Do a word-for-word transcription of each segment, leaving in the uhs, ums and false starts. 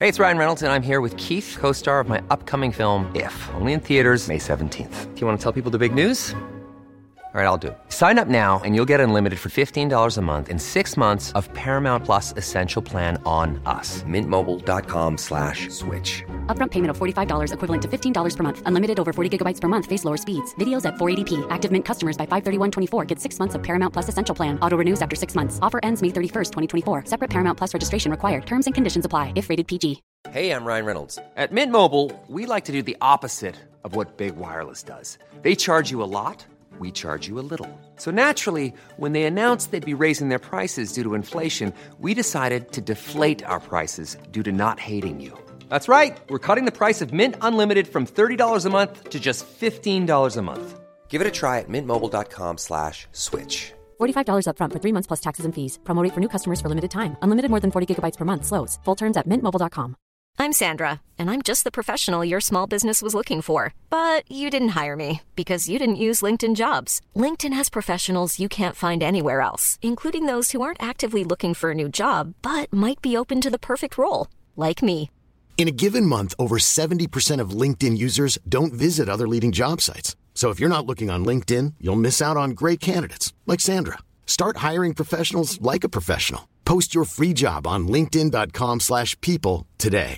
Hey, it's Ryan Reynolds, and I'm here with Keith, co-star of my upcoming film, If, only in theaters May seventeenth. Do you want to tell people the big news? All right, I'll do it. Sign up now and you'll get unlimited for fifteen dollars a month and six months of Paramount Plus Essential Plan on us. Mint Mobile dot com slash switch. Upfront payment of forty-five dollars equivalent to fifteen dollars per month. Unlimited over forty gigabytes per month. Face lower speeds. Videos at four eighty p. Active Mint customers by five thirty-one twenty-four get six months of Paramount Plus Essential Plan. Auto renews after six months. Offer ends May thirty-first, twenty twenty-four. Separate Paramount Plus registration required. Terms and conditions apply if rated P G. Hey, I'm Ryan Reynolds. At Mint Mobile, we like to do the opposite of what Big Wireless does. They charge you a lot. We charge you a little. So naturally, when they announced they'd be raising their prices due to inflation, we decided to deflate our prices due to not hating you. That's right. We're cutting the price of Mint Unlimited from thirty dollars a month to just fifteen dollars a month. Give it a try at mintmobile.com slash switch. forty-five dollars upfront for three months plus taxes and fees. Promo rate for new customers for limited time. Unlimited more than forty gigabytes per month. Slows full terms at mint mobile dot com. I'm Sandra, and I'm just the professional your small business was looking for. But you didn't hire me because you didn't use LinkedIn Jobs. LinkedIn has professionals you can't find anywhere else, including those who aren't actively looking for a new job, but might be open to the perfect role, like me. In a given month, over seventy percent of LinkedIn users don't visit other leading job sites. So if you're not looking on LinkedIn, you'll miss out on great candidates like Sandra. Start hiring professionals like a professional. Post your free job on linkedin.com slash people today.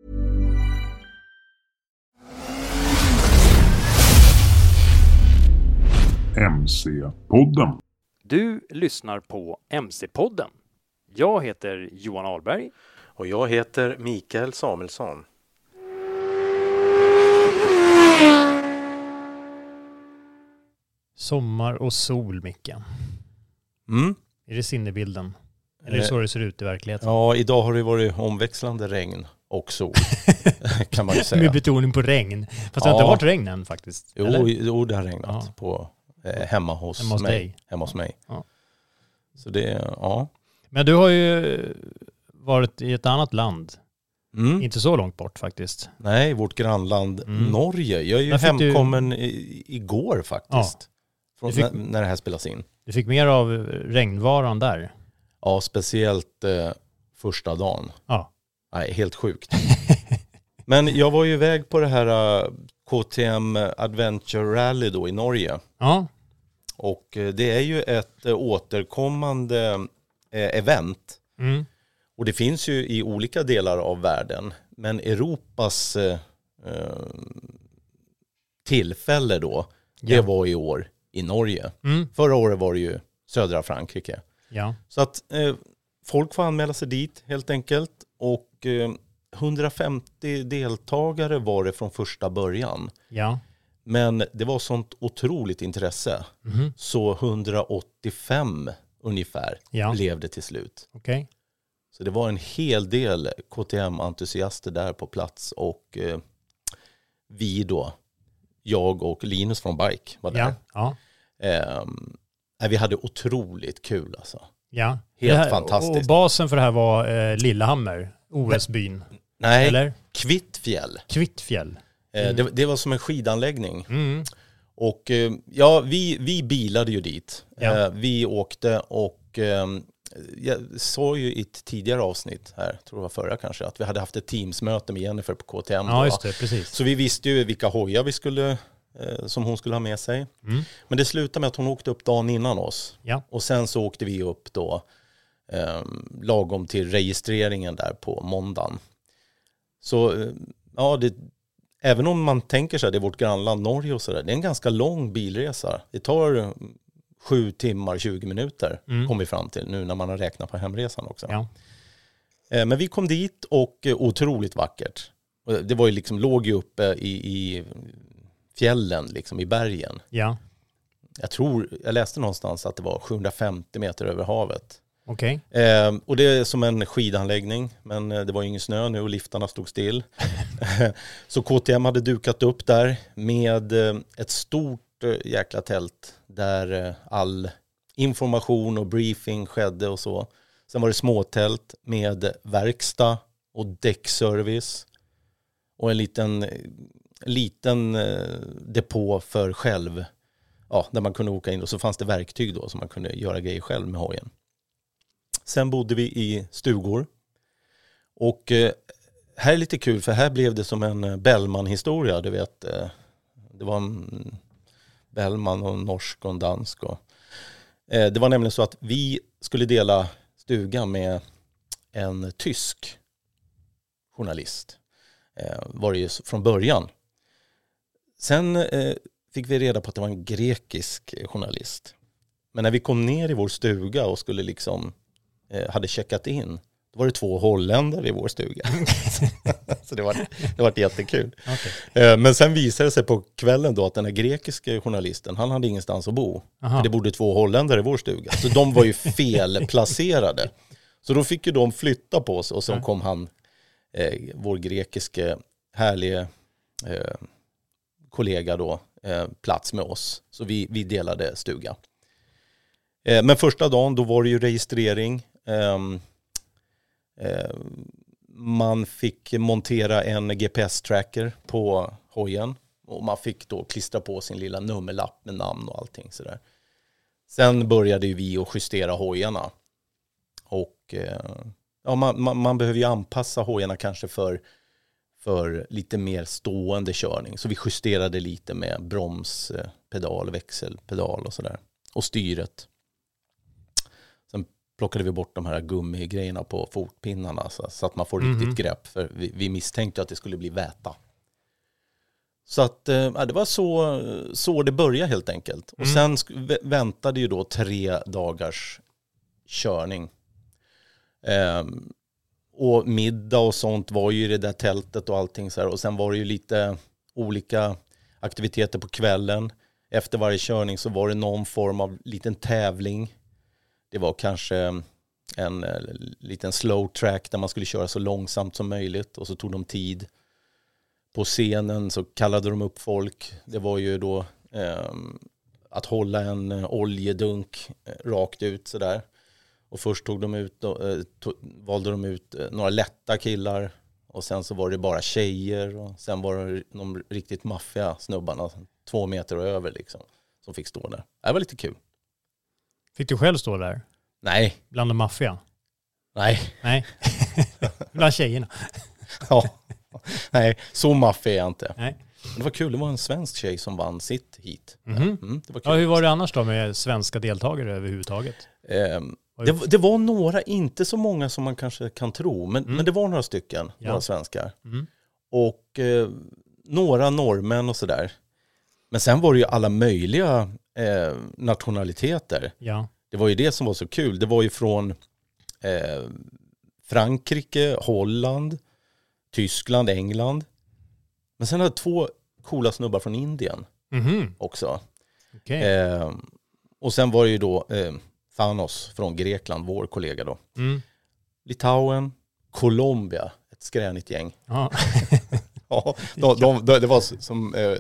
M C-podden. Du lyssnar på M C-podden. Jag heter Johan Ahlberg. Och jag heter Mikael Samuelsson. Sommar och sol, Micke. Mm. Är det sinnebilden? Eller är det så det ser ut i verkligheten? Ja, idag har det varit omväxlande regn och sol, kan man ju säga. Med betoning på regn. Fast ja. Det har inte varit regn än faktiskt. Jo, jo det har regnat ja. på, eh, hemma hos, hemma hos mig. Dig. Hemma hos mig. Ja. Så det, ja. Men du har ju varit i ett annat land. Mm. Inte så långt bort faktiskt. Nej, vårt grannland mm. Norge. Jag är ju hemkommen du... i, igår faktiskt. Ja. Från fick... när, när det här spelas in. Du fick mer av regnvaran där. Ja, speciellt eh, första dagen. Ja. Nej, helt sjukt. Men jag var ju iväg på det här uh, K T M Adventure Rally då i Norge. Ja. Och uh, det är ju ett uh, återkommande uh, event. Mm. Och det finns ju i olika delar av världen. Men Europas uh, uh, tillfälle då, ja. Det var i år i Norge. Mm. Förra året var det ju södra Frankrike. Ja. Så att eh, folk får anmäla sig dit helt enkelt. Och eh, hundrafemtio deltagare var det från första början. Ja. Men det var sånt otroligt intresse. Mm. Så hundraåttiofem ungefär ja. blev det till slut. Okay. Så det var en hel del K T M-entusiaster där på plats. Och eh, vi då, jag och Linus från Bike var där. Ja. Ja. Eh, vi hade otroligt kul alltså. Ja. Helt här, fantastiskt. Och basen för det här var eh, Lillehammer, O S-byn. Nej, eller? Kvittfjäll. Kvittfjäll. Mm. Eh, det, det var som en skidanläggning. Mm. Och eh, ja, vi, vi bilade ju dit. Ja. Eh, vi åkte och eh, jag sa ju i ett tidigare avsnitt här, tror jag var förra kanske, att vi hade haft ett teamsmöte med Jennifer på K T M. Ja, just det, precis. Så vi visste ju vilka hojar vi skulle... som hon skulle ha med sig. Mm. Men det slutade med att hon åkte upp dagen innan oss. Ja. Och sen så åkte vi upp då eh, lagom till registreringen där på måndagen. Så eh, ja, det, även om man tänker sig att det är vårt grannland Norge och sådär, det är en ganska lång bilresa. Det tar sju timmar, tjugo minuter mm. kom vi fram till nu när man har räknat på hemresan också. Ja. Eh, men vi kom dit och eh, otroligt vackert. Det var ju liksom, låg ju uppe i, i fjällen, liksom i bergen. Ja. Jag tror, jag läste någonstans att det var sjuhundrafemtio meter över havet. Okej. Okay. Eh, och det är som en skidanläggning, men det var ju ingen snö nu och liftarna stod still. Så K T M hade dukat upp där med ett stort jäkla tält där all information och briefing skedde och så. Sen var det småtält med verkstad och däckservice och en liten liten depå för själv, ja, där man kunde åka in, och så fanns det verktyg då som man kunde göra grejer själv med hojen. Sen bodde vi i stugor och eh, här är lite kul, för här blev det som en Bellman-historia, du vet. Det var en Bellman och en norsk och en dansk. Och, eh, det var nämligen så att vi skulle dela stuga med en tysk journalist. Eh, var det ju från början. Sen eh, fick vi reda på att det var en grekisk journalist. Men när vi kom ner i vår stuga och skulle liksom eh, hade checkat in, då var det två holländare i vår stuga. Så det var, det var jättekul. Okay. Men sen visade det sig på kvällen då att den här grekiska journalisten, han hade ingenstans att bo. För det bodde två holländare i vår stuga. Så de var ju felplacerade. Så då fick ju de flytta på oss och så kom han, eh, vår grekiske härliga eh, kollega då, eh, plats med oss. Så vi, vi delade stuga. Eh, men första dagen då var det ju registrering. Eh, eh, man fick montera en G P S-tracker på hojen. Och man fick då klistra på sin lilla nummerlapp med namn och allting sådär. Sen började ju vi att justera hojarna. Och eh, ja, man, man, man behöver ju anpassa hojarna kanske för, för lite mer stående körning. Så vi justerade lite med bromspedal, växelpedal och sådär. Och styret. Sen plockade vi bort de här gummigrejerna på fotpinnarna så, så att man får mm-hmm. riktigt grepp. För vi, vi misstänkte att det skulle bli väta. Så att ja, det var så, så det började helt enkelt. Och mm. sen sk- väntade ju då tre dagars körning. Um, och middag och sånt var ju i det där tältet och allting så här. Och sen var det ju lite olika aktiviteter på kvällen. Efter varje körning så var det någon form av liten tävling. Det var kanske en, en liten slow track där man skulle köra så långsamt som möjligt. Och så tog de tid. På scenen så kallade de upp folk. Det var ju då eh, att hålla en oljedunk eh, rakt ut sådär. Och först tog de ut, eh, tog, valde de ut eh, några lätta killar. Och sen så var det bara tjejer. Och sen var det de riktigt maffiga snubbarna, två meter och över liksom, som fick stå där. Det var lite kul. Fick du själv stå där? Nej. Bland de maffia? Nej. Nej. Bland tjejerna? Ja. Nej, så maffig är jag inte. Nej. Men det var kul, det var en svensk tjej som vann sitt hit. Mm-hmm. Mm, det var kul. Ja, hur var det annars då med svenska deltagare överhuvudtaget? Eh, det, det var några, inte så många som man kanske kan tro, men, mm. men det var några stycken, ja. några svenskar. Mm. Och eh, några norrmän och sådär. Men sen var det ju alla möjliga eh, nationaliteter. Ja. Det var ju det som var så kul. Det var ju från eh, Frankrike, Holland, Tyskland, England. Men sen hade två coola snubbar från Indien mm-hmm. också. Okay. Eh, och sen var det ju då eh, Thanos från Grekland, vår kollega då. Mm. Litauen, Colombia, ett skränigt gäng. Ja. ja, de, de, de, det var som eh,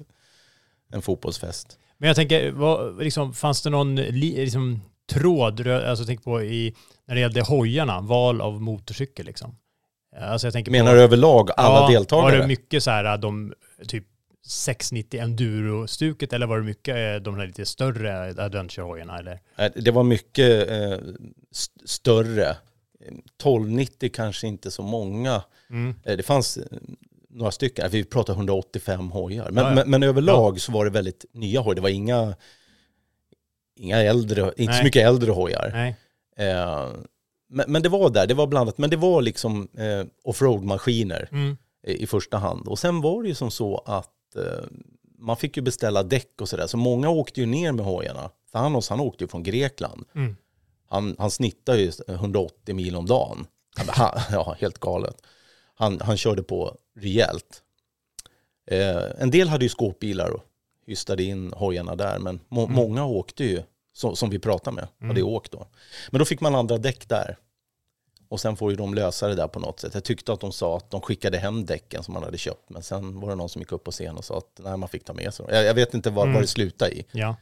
en fotbollsfest. Men jag tänker, vad, liksom, fanns det någon liksom, tråd, alltså tänk på i, när det gällde hojarna, val av motorcykel liksom? Alltså jag tänker Menar på, du överlag alla ja, deltagare? Var det mycket så här de typ sexhundranittio enduro-stuket eller var det mycket de här lite större adventure-hojarna eller? Det var mycket eh, st- större. tolvhundranittio kanske inte så många. Mm. Det fanns några stycken. Vi pratade hundraåttiofem hojar. Men, ja, ja. men, men överlag ja. så var det väldigt nya hojar. Det var inga inga äldre, inte Nej. så mycket äldre hojar. Nej. Eh, Men, men det var där, det var blandat. Men det var liksom eh, offroad-maskiner mm. i, i första hand. Och sen var det ju som så att eh, man fick ju beställa däck och sådär. Så många åkte ju ner med hojarna. Thanos, han åkte ju från Grekland. Mm. Han, han snittade ju hundraåttio mil om dagen. Han, ja, helt galet. Han, han körde på rejält. Eh, en del hade ju skåpbilar och hystade in hojarna där. Men må, mm. många åkte ju. Så, som vi pratade med, hade mm. åkt då. Men då fick man andra däck där. Och sen får ju de lösa det där på något sätt. Jag tyckte att de sa att de skickade hem däcken som man hade köpt. Men sen var det någon som gick upp på scen och sa att nej, man fick ta med sig. Jag, jag vet inte vad, mm. vad det slutade i. Ja.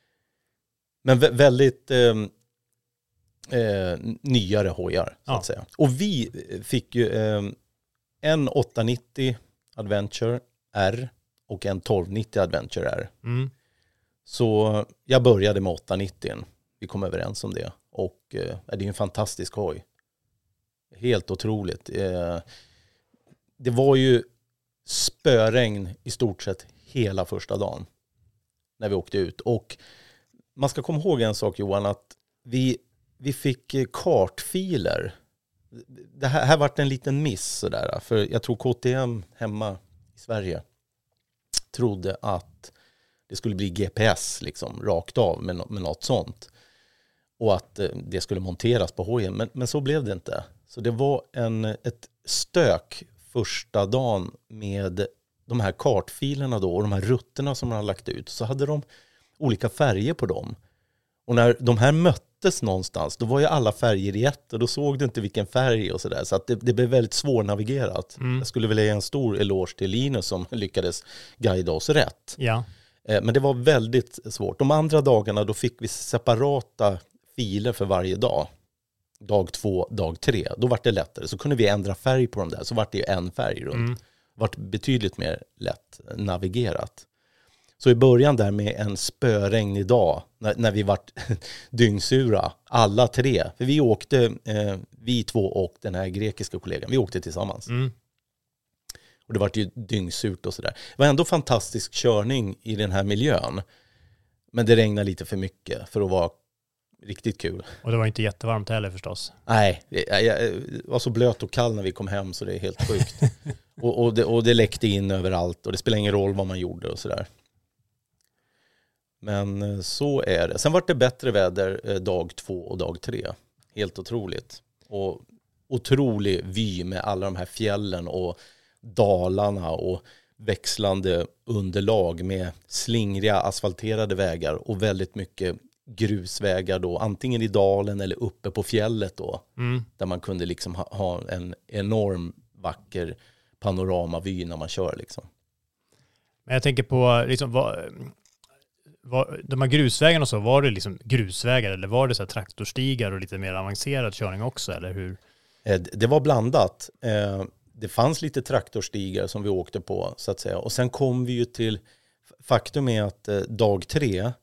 Men vä- väldigt eh, eh, nyare hojar, så ja. att säga. Och vi fick ju eh, en åttahundranittio Adventure R och en tolvhundranittio Adventure R. Mm. Så jag började med åttahundranittio. Vi kom överens om det. Och eh, det är en fantastisk hoj. Helt otroligt. Eh, det var ju spöregn i stort sett hela första dagen när vi åkte ut. Och man ska komma ihåg en sak, Johan, att vi, vi fick kartfiler. Det här, här var en liten miss sådär, för jag tror K T M hemma i Sverige trodde att det skulle bli G P S liksom rakt av med, med något sånt. Och att det skulle monteras på hojen. Men, men så blev det inte. Så det var en, ett stök första dagen med de här kartfilerna då och de här rutterna som man har lagt ut. Så hade de olika färger på dem. Och när de här möttes någonstans, då var ju alla färger i ett och då såg du inte vilken färg och sådär. Så att det, det blev väldigt svårnavigerat. Mm. Jag skulle vilja ge en stor eloge till Linus som lyckades guida oss rätt. Ja. Men det var väldigt svårt. De andra dagarna då fick vi separata filer för varje dag. Dag två, dag tre. Då var det lättare. Så kunde vi ändra färg på dem där. Så var det ju en färg runt. Mm. Var betydligt mer lätt navigerat. Så i början där med en spöregnig dag. När, när vi var dyngsura. Alla tre. För vi åkte, eh, vi två och den här grekiska kollegan. Vi åkte tillsammans. Mm. Och det var ju dyngsurt och sådär. Det var ändå fantastisk körning i den här miljön. Men det regnade lite för mycket för att vara riktigt kul. Och det var inte jättevarmt heller förstås. Nej, jag var så blöt och kall när vi kom hem så det är helt sjukt. och, och, det, och det läckte in överallt och det spelar ingen roll vad man gjorde och sådär. Men så är det. Sen var det bättre väder dag två och dag tre. Helt otroligt. Och otrolig vy med alla de här fjällen och dalarna och växlande underlag med slingriga asfalterade vägar och väldigt mycket grusvägar då, antingen i dalen eller uppe på fjället då, mm. där man kunde liksom ha, ha en enorm vacker panoramavy när man kör liksom. Men jag tänker på liksom, vad, vad, de här grusvägarna och så, var det liksom grusvägar eller var det så här traktorstigar och lite mer avancerad körning också, eller hur? Det var blandat. Det fanns lite traktorstigar som vi åkte på så att säga, och sen kom vi ju till, faktum är att dag tre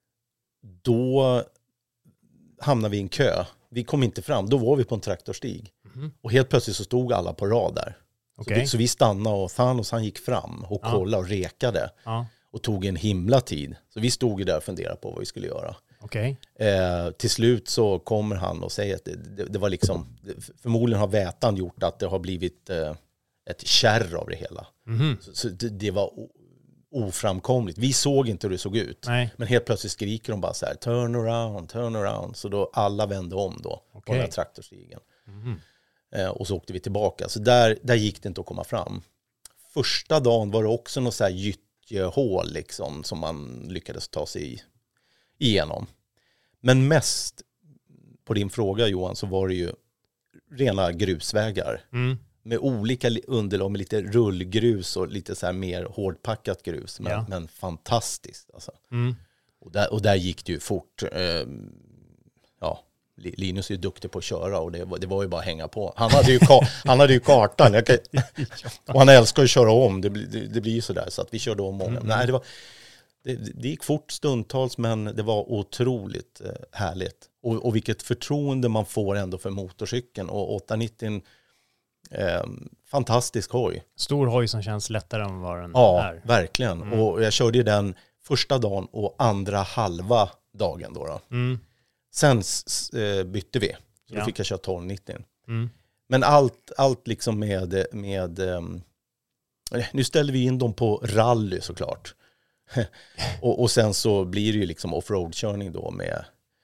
då hamnade vi i en kö. Vi kom inte fram. Då var vi på en traktorstig. Mm. Och helt plötsligt så stod alla på rad där. Okay. Så, vi, så vi stannade och Thanos han gick fram och ja. kollade och rekade. Ja. Och tog en himla tid. Så vi stod ju där och funderade på vad vi skulle göra. Okay. Eh, till slut så kommer han och säger att det, det, det var liksom, förmodligen har vätan gjort att det har blivit eh, ett kärr av det hela. Mm. Så, så det, det var oframkomligt. Vi såg inte hur det såg ut. Nej. Men helt plötsligt skriker de bara så här, turn around, turn around. Så då alla vände om då okay. på den här traktorstigen. Mm. Eh, och så åkte vi tillbaka. Så där, där gick det inte att komma fram. Första dagen var det också något så här gyttjehål liksom, som man lyckades ta sig i, igenom. Men mest på din fråga, Johan, så var det ju rena grusvägar. Mm. Med olika underlag, med lite rullgrus och lite så här mer hårdpackat grus. Men, ja. men fantastiskt. Alltså. Mm. Och, där, och där gick det ju fort. Eh, ja, Linus är ju duktig på att köra och det var, det var ju bara att hänga på. Han hade ju, ka- han hade ju kartan. Jag kan, och han älskar att köra om. Det, det, det blir ju sådär. Så att vi körde om många. Mm. Nej, det, var, det, det gick fort stundtals, men det var otroligt eh, härligt. Och, och vilket förtroende man får ändå för motorcykeln. Och åtta nittio Eh, fantastisk hoj. Stor hoj som känns lättare än vad den ja, är. Ja, verkligen. Mm. Och jag körde ju den första dagen och andra halva dagen då. då. Mm. Sen eh, bytte vi. Så ja. Då fick jag köra tolv nittio. Mm. Men allt, allt liksom med, med eh, nu ställde vi in dem på rally såklart. och, och sen så blir det ju liksom offroad-körning då med,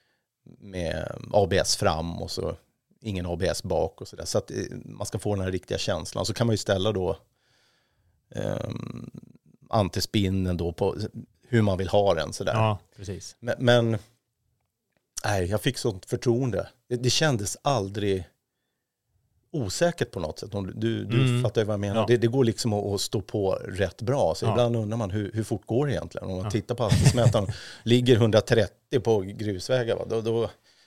med A B S fram och så ingen A B S bak och sådär. Så att man ska få den här riktiga känslan. Så kan man ju ställa då eh, antispinnen då på hur man vill ha den sådär. Ja, precis. Men, men nej, jag fick sånt förtroende. Det, det kändes aldrig osäkert på något sätt. Du, du mm. fattar ju vad jag menar. Ja. Det, det går liksom att, att stå på rätt bra. Så ja. Ibland undrar man hur, hur fort går det egentligen? Om man ja. tittar på hastighetsmätaren ligger hundratrettio på grusvägar. Va? Då, då,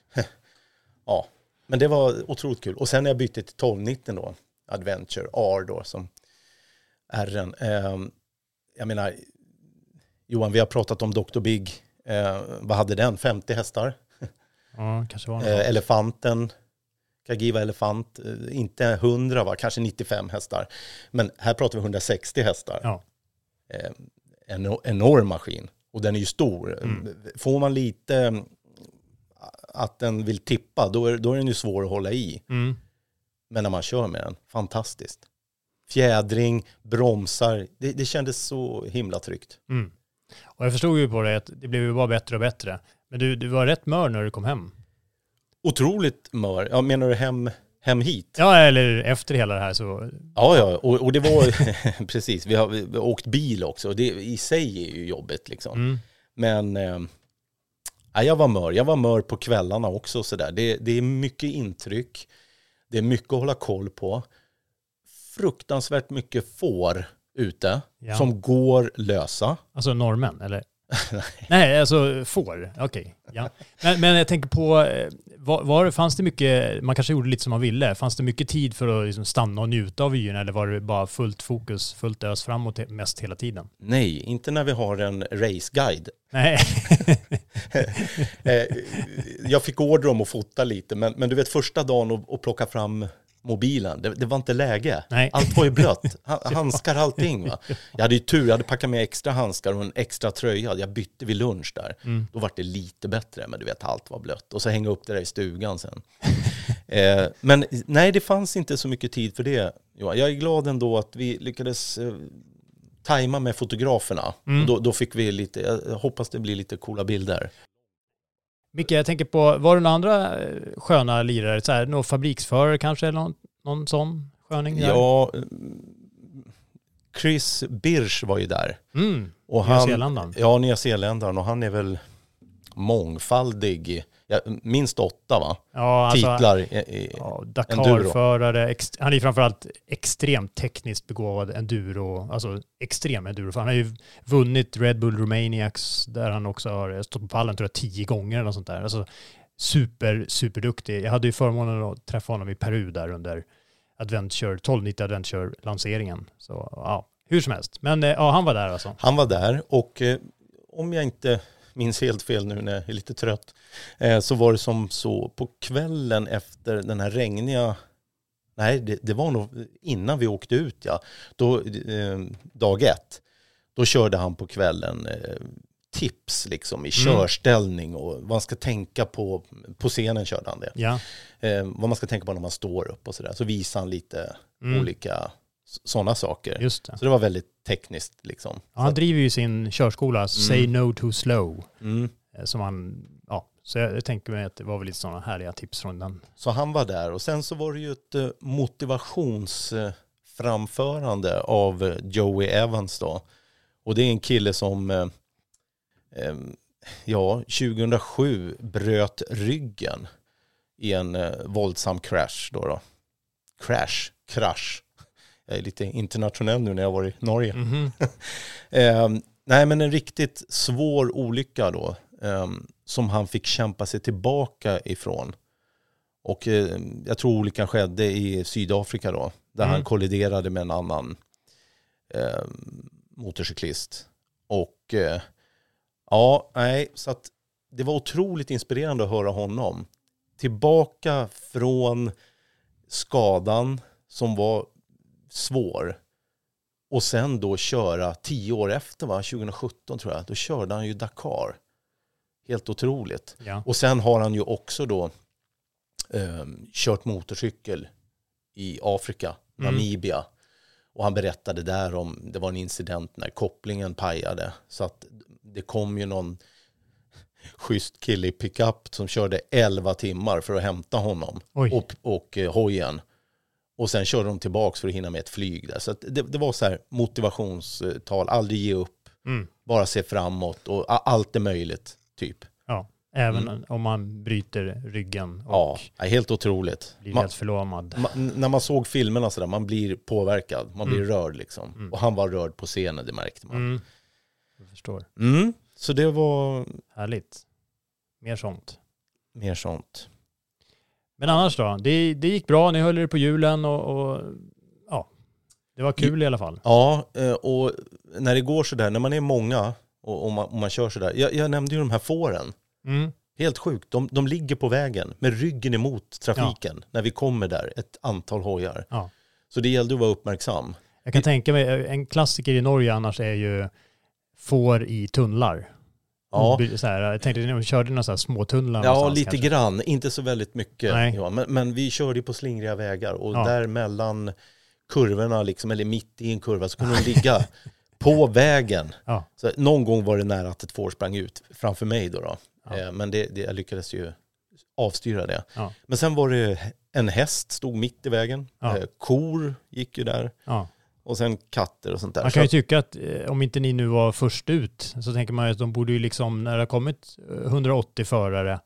ja. Men det var otroligt kul. Och sen när jag bytte till tolv nittio då, Adventure R då, som R:en. Eh, jag menar, Johan, vi har pratat om doktor Big. Eh, vad hade den? femtio hästar? Ja, kanske var eh, Elefanten Cagiva Elefant, eh, inte hundra va, kanske nittiofem hästar. Men här pratar vi hundrasextio hästar. Ja. Eh, en enorm maskin. Och den är ju stor. Mm. Får man lite att den vill tippa, då är, då är den ju svår att hålla i. Mm. Men när man kör med den, fantastiskt. Fjädring, bromsar, det, det kändes så himla tryggt. Mm. Och jag förstod ju på det att det blev ju bara bättre och bättre. Men du, du var rätt mör när du kom hem. Otroligt mör. Ja, menar du hem, hem hit? Ja, eller efter hela det här så... Ja, ja. Och, och det var... precis, vi har, vi har åkt bil också. Och det i sig är ju jobbigt liksom. Mm. Men... Eh, ja, jag var mör. Jag var mör på kvällarna också. Så där. Det, det är mycket intryck. Det är mycket att hålla koll på. Fruktansvärt mycket får ute. Ja. Som går lösa. Alltså norrmän, eller? Nej, alltså får. Okej. Okay. Ja. Men, men jag tänker på, var, var, fanns det mycket, man kanske gjorde lite som man ville, fanns det mycket tid för att liksom stanna och njuta av vyerna, eller var det bara fullt fokus, fullt ös framåt mest hela tiden? Nej, inte när vi har en raceguide. Nej. Jag fick order om att fota lite, men, men du vet första dagen att, att plocka fram mobilen, det, det var inte läge. Nej. Allt var ju blött. Handskar, allting va. Jag hade ju tur, jag hade packat med extra handskar och en extra tröja. Jag bytte vid lunch där. Mm. Då var det lite bättre, men du vet, allt var blött. Och så hänga upp det där i stugan sen. eh, men nej, det fanns inte så mycket tid för det. Jag är glad ändå att vi lyckades eh, tajma med fotograferna. Mm. Och då, då fick vi lite, jag hoppas det blir lite coola bilder. Micke, jag tänker på, var det några andra sköna lirare? Så här, någon fabriksförare kanske, eller någon, någon sån sköning där? Ja, Chris Birch var ju där. Mm, Nya Zeeländaren. Ja, Nya Zeeländaren. Och han är väl mångfaldig. Ja, minst åtta va? Ja, alltså, titlar i, i ja, Dakar-förare. Han är framförallt extremt tekniskt begåvad enduro. Alltså extrem enduro. För han har ju vunnit Red Bull Romaniacs där han också har stått på pallen tror jag tio gånger eller något sånt där. Alltså super, superduktig. Jag hade ju förmånen att träffa honom i Peru där under Adventure, tolv nittio Adventure-lanseringen. Så ja, hur som helst. Men ja, han var där alltså. Han var där och eh, om jag inte minns helt fel nu när jag är lite trött, eh, så var det som så på kvällen efter den här regniga, nej det, det var nog innan vi åkte ut ja, då, eh, dag ett, då körde han på kvällen eh, tips liksom i körställning och vad man ska tänka på, på scenen körde han det. Ja. Eh, vad man ska tänka på när man står upp och sådär. Så visade han lite mm. olika sådana saker. Just det. Så det var väldigt tekniskt liksom. Ja, han driver ju sin körskola mm. Say No Too Slow. Mm. Som han, ja, så jag, jag tänker mig att det var väl lite sådana härliga tips från den. Så han var där och sen så var det ju ett uh, motivationsframförande uh, av uh, Joey Evans då. Och det är en kille som uh, um, ja, tjugohundrasju bröt ryggen i en uh, våldsam crash då då. Crash, krasch. Jag är lite internationell nu när jag var i Norge. Mm-hmm. eh, nej, men en riktigt svår olycka då. Eh, som han fick kämpa sig tillbaka ifrån. Och eh, jag tror olyckan skedde i Sydafrika då. Där mm. han kolliderade med en annan eh, motorcyklist. Och eh, ja, nej. Så att det var otroligt inspirerande att höra honom. Tillbaka från skadan som var svår. Och sen då köra tio år efter va, tjugosjutton tror jag, då körde han ju Dakar. Helt otroligt. Ja. Och sen har han ju också då eh, kört motorcykel i Afrika, Namibia. Mm. Och han berättade där om, det var en incident när kopplingen pajade. Så att det kom ju någon schysst kille i pickup som körde elva timmar för att hämta honom. Oj. och, och eh, hojen. Och sen körde de tillbaka för att hinna med ett flyg där. Så att det, det var så här motivationstal, aldrig ge upp, mm. bara se framåt och allt är möjligt, typ. Ja, även mm. om man bryter ryggen och ja, helt otroligt. blir helt förlamad. Man, när man såg filmerna så där, man blir påverkad, man blir mm. rörd liksom. Mm. Och han var rörd på scenen, det märkte man. Mm. Jag förstår. Mm. Så det var... Härligt. Mer sånt. Mer sånt. Men annars då? Det, det gick bra, ni höll er på hjulen och, och ja, det var kul i alla fall. Ja, och när det går så där, när man är många och, och, man, och man kör så där. Jag, jag nämnde ju de här fåren. Mm. Helt sjukt. De, de ligger på vägen med ryggen emot trafiken ja. när vi kommer där, ett antal hojar. Ja. Så det gällde att vara uppmärksam. Jag kan tänka mig, en klassiker i Norge annars är ju får i tunnlar. Ja. Så här, jag tänkte att de körde några så här små tunnlar. Ja, lite kanske. grann. Inte så väldigt mycket. Nej. Ja, men, men vi körde på slingriga vägar och Ja. där mellan kurvorna, liksom, eller mitt i en kurva, så kunde de ligga på vägen. Ja. Så någon gång var det nära att ett får sprang ut framför mig då. då. Ja. Eh, men det, det, jag lyckades ju avstyra det. Ja. Men sen var det en häst stod mitt i vägen. Ja. Eh, kor gick ju där. Ja. Och sen katter och sånt där. Man kan ju Så- tycka att eh, om inte ni nu var först ut så tänker man ju att de borde ju liksom, när det har kommit eh, hundraåttio förare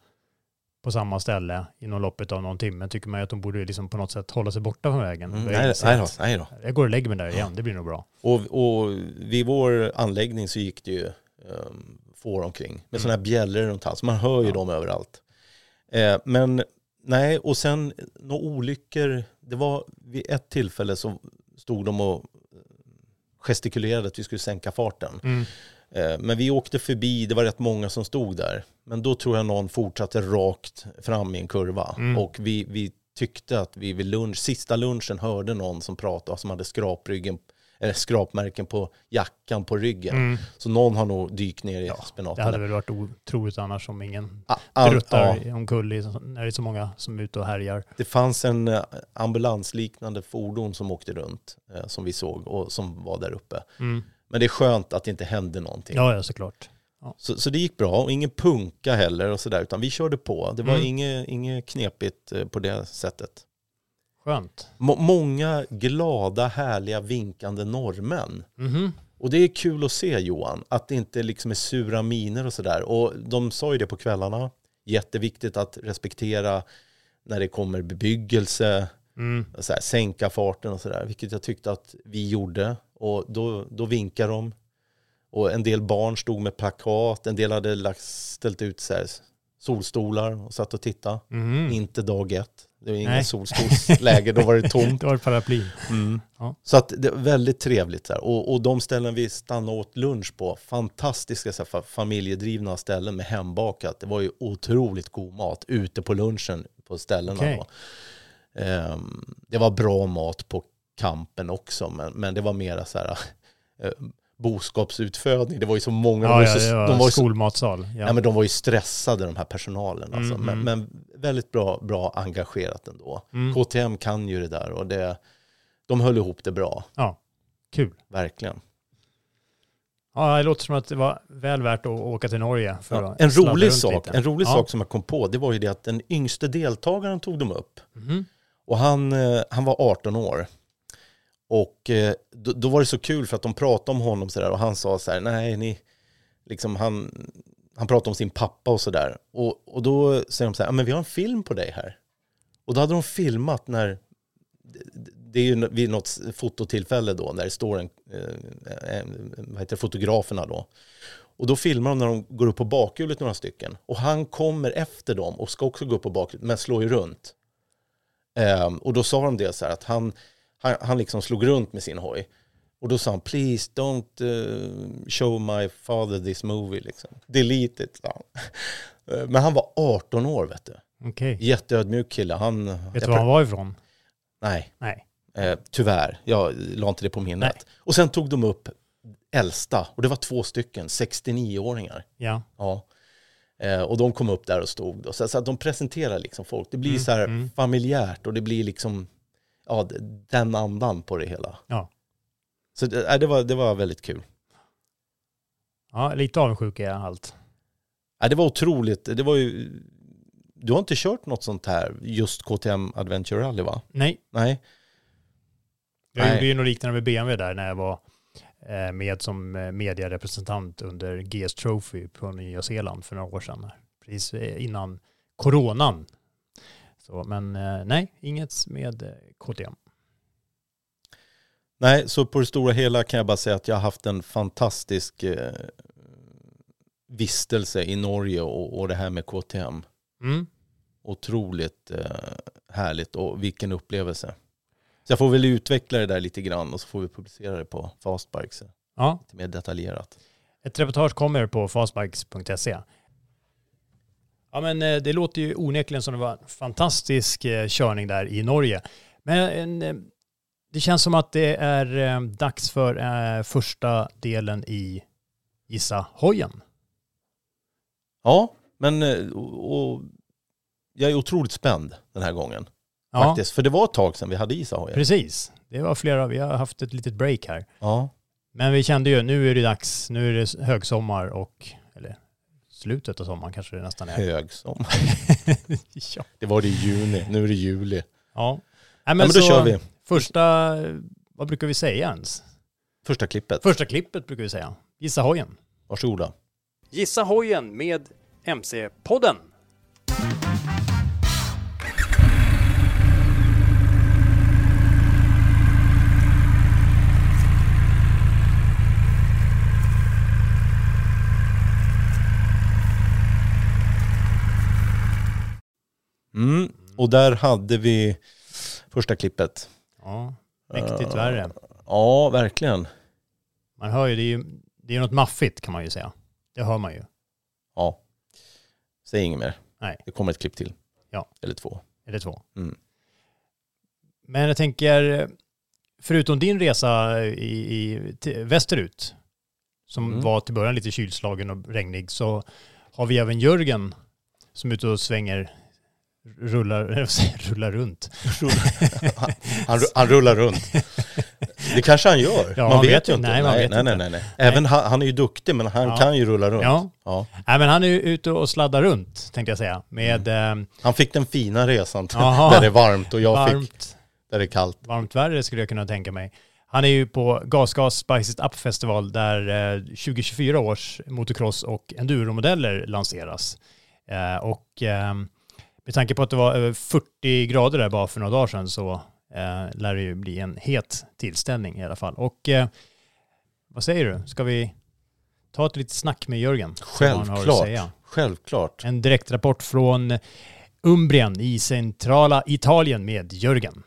på samma ställe inom loppet av någon timme, tycker man ju att de borde liksom på något sätt hålla sig borta från vägen. Mm, För nej, jag inser nej, då, att nej då. Jag går och lägger mig där igen, det blir nog bra. Och, och vid vår anläggning så gick det ju um, får omkring med Mm. sådana här bjällor runt halsen. Man hör ju Ja. dem överallt. Eh, men nej, och sen några olyckor. Det var vid ett tillfälle så stod de och gestikulerade att vi skulle sänka farten. Mm. Eh, men vi åkte förbi, det var rätt många som stod där. Men då tror jag någon fortsatte rakt fram i en kurva. Mm. Och vi, vi tyckte att vi vid lunch, sista lunchen hörde någon som pratade, som hade skrapryggen, eller skrapmärken på jackan på ryggen. Mm. Så någon har nog dykt ner i Ja, spenaten. Det hade väl varit otroligt annars om ingen Ah, ah, druttar ja. omkull i- när det är så många som är ute och härjar. Det fanns en eh, ambulansliknande fordon som åkte runt, eh, som vi såg och som var där uppe. Mm. Men det är skönt att det inte hände någonting. Ja, ja, såklart. Så, så det gick bra och ingen punka heller och sådär, utan vi körde på. Det var Mm. inget, inget knepigt eh, på det sättet. Skönt. Må- många glada, härliga, vinkande norrmän. Mhm. Och det är kul att se, Johan, att det inte liksom är sura miner och sådär. Och de sa ju det på kvällarna. Jätteviktigt att respektera när det kommer bebyggelse, Mm. så här, sänka farten och sådär. Vilket jag tyckte att vi gjorde. Och då, då vinkar de. Och en del barn stod med plakat. En del hade lagt, ställt ut så här, solstolar och satt och tittade. Mhm. Inte dag ett. Det var ingen Nej. solstolsläge, då var det tomt. Det var ett paraply. Mm. Ja. Så att det är väldigt trevligt. Så här. Och, och de ställen vi stannade åt lunch på, fantastiska så här, fa- familjedrivna ställen med hembakat. Det var ju otroligt god mat ute på lunchen på ställena. Okej. Då. Ehm, det var bra mat på campen också, men, men det var mera så här eh, boskapsutfödning. Det var ju så många. de Ja, var ja, ju så, det var de var ju så, skolmatsal. Ja. ja, men de var ju stressade, de här personalen. Alltså. Mm, Men, mm. men väldigt bra, bra engagerat ändå. Mm. K T M kan ju det där och det, de höll ihop det bra. Ja, kul. Verkligen. Ja, det låter som att det var väl värt att åka till Norge. För Ja, att en sladda rolig runt sak, lite. en rolig Ja. sak som jag kom på, det var ju det att den yngste deltagaren tog dem upp. Mhm. Och han, eh, han var arton år. Och eh, då, då var det så kul för att de pratade om honom så där, och han sa så här, nej ni, liksom han, han pratade om sin pappa och sådär. Och, och då säger de så här, ja, men vi har en film på dig här. Och då hade de filmat när, det- det är ju vid något fototillfälle då, när det står en, eh, en vad heter det, fotograferna då. Och då filmar de när de går upp på bakhjulet några stycken. Och han kommer efter dem och ska också gå upp på bakhjulet, men slår ju runt. Ehm, och då sa de det så här att han, han, han liksom slog runt med sin hoj. Och då sa han, please don't uh, show my father this movie. Liksom. Delete it, sa han. Eh, Men han var arton år, vet du. Okej. Jätteödmjuk kille. Han, Vet du var han var ifrån? Nej, Nej. eh, tyvärr. Jag la inte det på minnet. Nej. Och sen tog de upp äldsta. Och det var två stycken, sextionio-åringar. Ja. Ja. Eh, och de kom upp där och stod. Då. Så, så att de presenterar liksom folk. Det blir Mm, så här mm. familjärt och det blir liksom ja, d- den andan på det hela. Ja. Så det, äh, det, var, det var väldigt kul. Ja, lite avundsjuk är jag allt. Äh, det var otroligt. Det var ju, du har inte kört något sånt här, just K T M Adventure Rally, va? Nej. Nej. Jag Nej. gjorde ju något liknande med B M W där när jag var eh, med som eh, medierepresentant under G S Trophy på Nya Zeeland för några år sedan. Precis eh, innan coronan. Så, men eh, nej, inget med eh, K T M. Nej, så på det stora hela kan jag bara säga att jag har haft en fantastisk eh, vistelse i Norge och, och det här med K T M. Mm. Otroligt eh, härligt och vilken upplevelse. Så jag får väl utveckla det där lite grann och så får vi publicera det på Fastbikes Ja, lite mer detaljerat. ett reportage kommer på fastbikes punkt se. Ja, men eh, det låter ju onekligen som det var en fantastisk eh, körning där i Norge. Men eh, det känns som att det är eh, dags för eh, första delen i Gissa hojen. Ja, men och, och jag är otroligt spänd den här gången. Ja. Faktiskt, för det var ett tag sedan vi hade Gissa hojen. Precis, det var flera, vi har haft ett litet break här. Ja. Men vi kände ju, nu är det dags, nu är det högsommar och, eller slutet av sommaren kanske det nästan är. Högsommar. Ja. Det var det i juni, nu är det juli. Ja. Nej, men, ja, men då så, kör vi. Första, vad brukar vi säga ens? Första klippet. Första klippet brukar vi säga. Gissa hojen. Varsågoda. Gissa hojen med M C-podden. Mm. Och där hade vi första klippet. Ja, mäktigt värre. Uh, ja, verkligen. Man hör ju, det är ju det är något maffigt kan man ju säga. Det hör man ju. Ja. Säg inget mer. Nej. Det kommer ett klipp till. Ja. Eller två. Eller två. Mm. Men jag tänker, förutom din resa i, i till, västerut, som Mm. var till början lite kylslagen och regnig, så har vi även Jörgen som är ute och svänger, rullar, rullar runt. han, han, han rullar runt. Det kanske han gör. Ja, man, man vet, vet ju ju- inte. nej, man nej, vet nej, inte. nej, nej. Även han, han är ju duktig, men han Ja. kan ju rulla runt. Ja. Ja. Nej, men han är ju ute och sladdar runt, tänkte jag säga. Med Mm. eh, Han fick den fina resan till, Aha. där det är varmt och jag fick varmt, där det är kallt. varmt värre skulle jag kunna tänka mig. Han är ju på GasGas Spice It Up Festival där eh, tjugo tjugofyra års motocross och enduromodeller lanseras. Eh, och eh, med tanke på att det var över fyrtio grader där bara för några dagar sedan så eh, lär det ju bli en het tillställning i alla fall. Och eh, vad säger du? Ska vi ta ett litet snack med Jörgen? Vad han har att Självklart. säga? Självklart. En direktrapport från Umbrien i centrala Italien med Jörgen.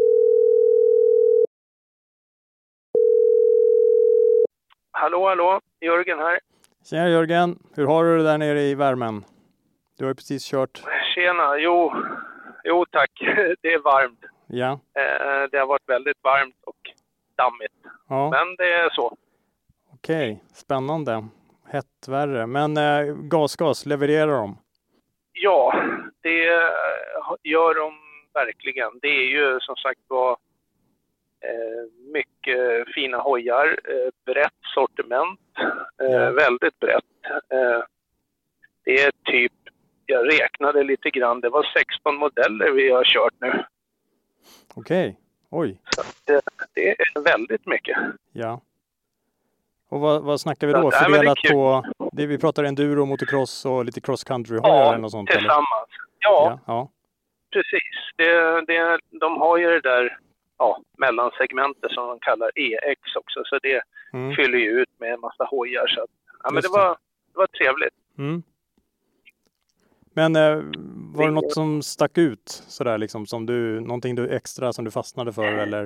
Hallå, hallå. Jörgen här. Tjena Jörgen, hur har du det där nere i värmen? Du har ju precis kört. Tjena. Jo, jo tack. Det är varmt. Ja, Eh, det har varit väldigt varmt och dammigt. ja. Men det är så. Okej, spännande. Hett värre. Men eh, GasGas, levererar de? Ja, det gör de verkligen. Det är ju som sagt var eh, mycket fina hojar. Eh, brett sortiment. Eh, Ja. Väldigt brett. Eh, det är typ, jag räknade lite grann, det var sexton modeller vi har kört nu. Okej, oj. Så att, eh, det är väldigt mycket. Ja. Och vad, vad snackar vi Ja, då? nej, men det är Fördelat kul. på, det, vi pratar enduro, motocross och lite cross country hojar Ja, eller något sånt? Eller? tillsammans. Ja, Ja, ja. precis. Det, det, de har ju det där ja, mellansegmentet som de kallar E X också. Så det Mm. fyller ju ut med en massa hojar. Så att, ja, men Just det var, det var trevligt. Mm. Men eh, var det något som stack ut sådär liksom, som du, någonting du extra som du fastnade för eller?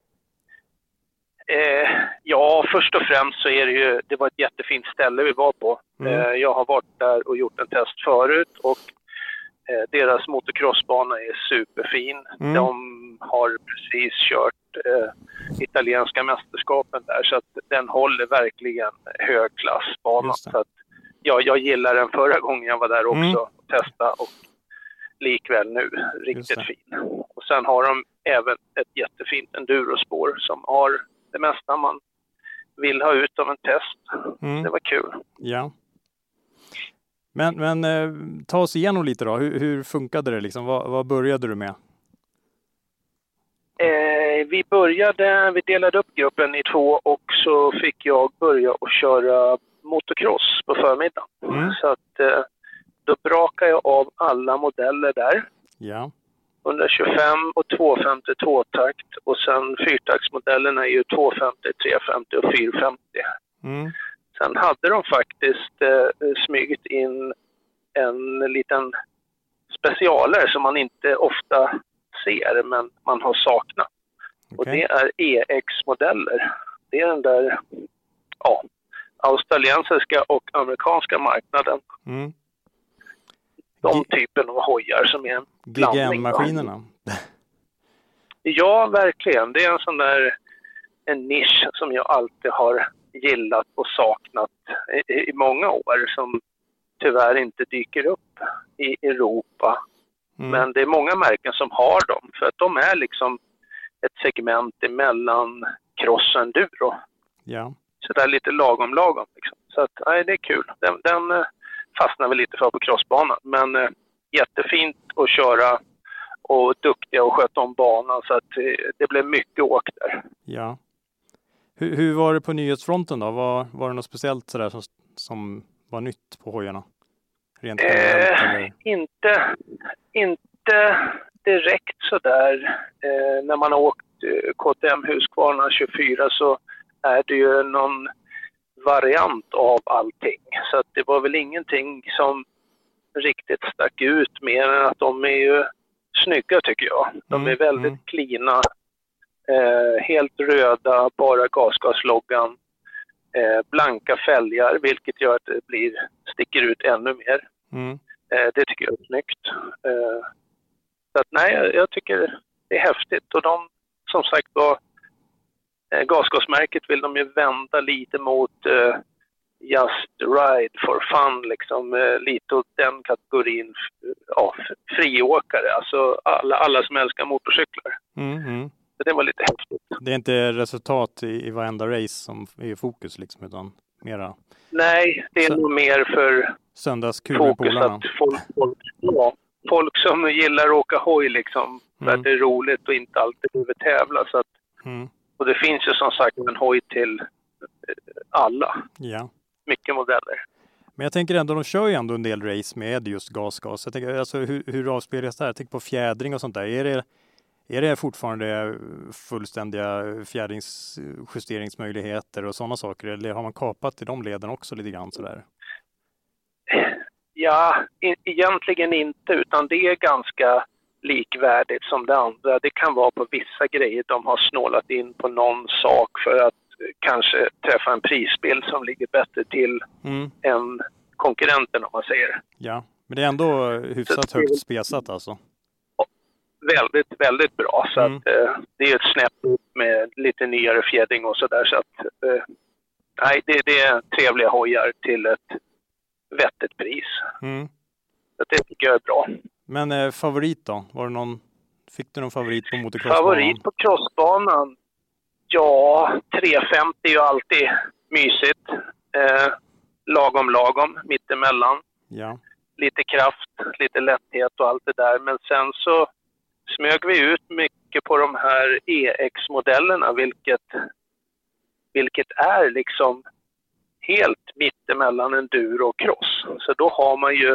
Eh, ja, först och främst så är det ju, det var ett jättefint ställe vi var på. Mm. Eh, jag har varit där och gjort en test förut och eh, deras motocrossbana är superfin. Mm. De har precis kört eh, italienska mästerskapen där så att den håller verkligen hög klass banan. Just det. Så att, ja, jag gillar den förra gången jag var där också Mm. och testa och likväl nu Just riktigt det. fin. Och sen har de även ett jättefint endurospår som har det mesta man vill ha ut av en test. Mm. Det var kul. Ja. Men, men eh, ta oss igenom lite då. Hur, hur funkade det liksom? Vad, vad började du med? Eh, vi började, vi delade upp gruppen i två och så fick jag börja och köra motocross på förmiddagen. Mm. Så att eh, då brakade jag av alla modeller där. Ja. etthundratjugofem och tvåhundrafemtio tvåtakt och sen fyrtaktsmodellerna är ju tvåhundrafemtio, trehundrafemtio och fyrahundrafemtio. Mm. Sen hade de faktiskt eh, smugit in en liten specialare som man inte ofta ser men man har saknat. Och Okej. det är E X-modeller. Det är den där ja, australiensiska och amerikanska marknaden. Mm. De G- typen av hojar som är en blandning. G G M-maskinerna. Ja, verkligen. Det är en sån där en nisch som jag alltid har gillat och saknat i, i många år, som tyvärr inte dyker upp i Europa. Mm. Men det är många märken som har dem, för att de är liksom ett segment emellan cross och enduro. Ja. Så det är lite lagom lagom liksom. Så att, nej, det är kul. Den, den eh, fastnar vi lite för på crossbanan. Men eh, jättefint att köra och duktiga att sköta om banan, så att eh, det blev mycket åk där. Ja. Hur, hur var det på nyhetsfronten då? Var, var det något speciellt sådär som, som var nytt på hojarna? Rent generellt, Eh, eller? inte, inte direkt sådär. Eh, när man har åkt eh, K T M Husqvarna tjugofyra så är det ju någon variant av allting. Så att det var väl ingenting som riktigt stack ut, mer än att de är ju snygga tycker jag. De Mm, är väldigt mm. cleana, eh, helt röda, bara gasgasloggan, eh, blanka fälgar, vilket gör att det blir, sticker ut ännu mer. Mm. Eh, det tycker jag är snyggt. Eh, så att nej, jag, jag tycker det är häftigt. Och de, som sagt var, eh, gasgasmärket vill de ju vända lite mot eh, just ride for fun, liksom eh, lite åt den kategorin, ja, friåkare, alltså alla, alla som älskar motorcyklar. Mm, mm. Så det var lite häftigt. Det är inte resultat i, i varenda race som är i fokus liksom, utan mera Nej, det är Så- nog mer för söndagskul med fokus polarna. att folk, folk, ja, folk som gillar att åka hoj liksom, för Mm. att det är roligt och inte alltid behöver tävla. Så att, Mm. och det finns ju som sagt en hoj till eh, alla, Ja. mycket modeller. Men jag tänker ändå, de kör ju ändå en del race med just gasgas. Jag tänker, alltså, hur, hur avspeglas det här? Jag tänker på fjädring och sånt där. Är det, är det fortfarande fullständiga fjädringsjusteringsmöjligheter och sådana saker? Eller har man kapat i de leden också lite grann sådär? Ja, e- egentligen inte, utan det är ganska likvärdigt som det andra. Det kan vara på vissa grejer de har snålat in på någon sak för att eh, kanske träffa en prisbild som ligger bättre till Mm. än konkurrenten, om man säger. Ja, men det är ändå hyfsat högt spesat alltså. Väldigt, väldigt bra. Så Mm. att eh, det är ett snäpp upp med lite nyare fjädring och sådär. Så att eh, nej, det, det är trevliga hojar till ett vettigt pris. Mm. Så att det tycker jag är bra. Men eh, favorit då? Var det någon, fick du någon favorit på motocrossbanan? Favorit på crossbanan? Ja, trehundrafemtio är ju alltid mysigt. Eh, lagom, lagom, mittemellan. Ja. Lite kraft, lite lätthet och allt det där. Men sen så smög vi ut mycket på de här E X-modellerna, vilket, vilket är liksom helt mittemellan enduro och cross. Så då har man ju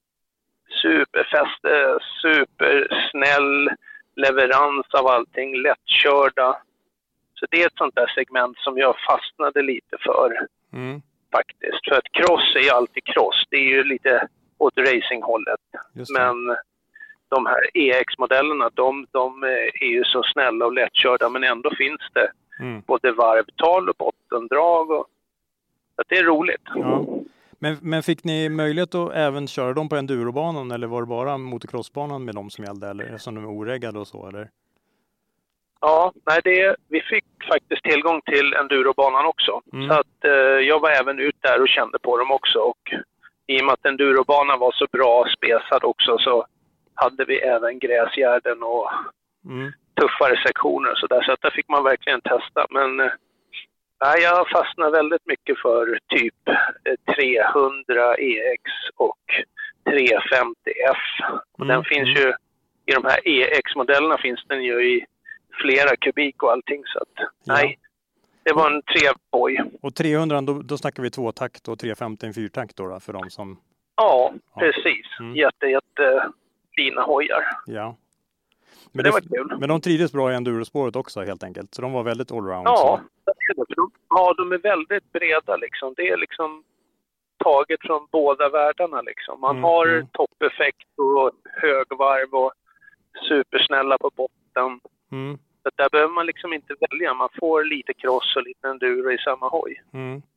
superfäste, supersnäll leverans av allting, lättkörda. Så det är ett sånt där segment som jag fastnade lite för Mm. faktiskt. För att cross är ju alltid cross. Det är ju lite åt racinghållet. Just det. Men de här E X-modellerna, de, de är ju så snälla och lättkörda, men ändå finns det Mm. både varvtal och bottendrag. Och, så att det är roligt. Ja. Men, men fick ni möjlighet att även köra dem på endurobanan, eller var det bara motocrossbanan med dem som gällde, eller eftersom de är oreggade och så, eller? Ja, nej, det, vi fick faktiskt tillgång till endurobanan också. Mm. Så att eh, jag var även ut där och kände på dem också. Och i och med att endurobanan var så bra spesad också, så hade vi även gräsgärden och Mm. tuffare sektioner och sådär. Så att där fick man verkligen testa. Men eh, nej, jag fastnar väldigt mycket för typ eh, trehundra E X och trehundrafemtio F. Och Mm, den finns mm. ju, i de här E X-modellerna finns den ju i flera kubik och allting. Så att Ja. nej, det var en trevlig hoj. Och trehundra, då, då snackar vi tvåtakt och trehundrafemtio en fyrtakt då, då för de som... Ja, Ja. precis. Mm. Jätte, jätte fina hojar. Ja. Men det var kul. Men de trivdes bra i endurospåret också helt enkelt. Så de var väldigt allround. Ja, så. de, ja, de är väldigt breda liksom. Det är liksom taget från båda världarna liksom. Man Mm, har mm. toppeffekt och högvarv och supersnälla på botten. Mm, Så där behöver man liksom inte välja. Man får lite cross och lite enduro i samma hoj. mm.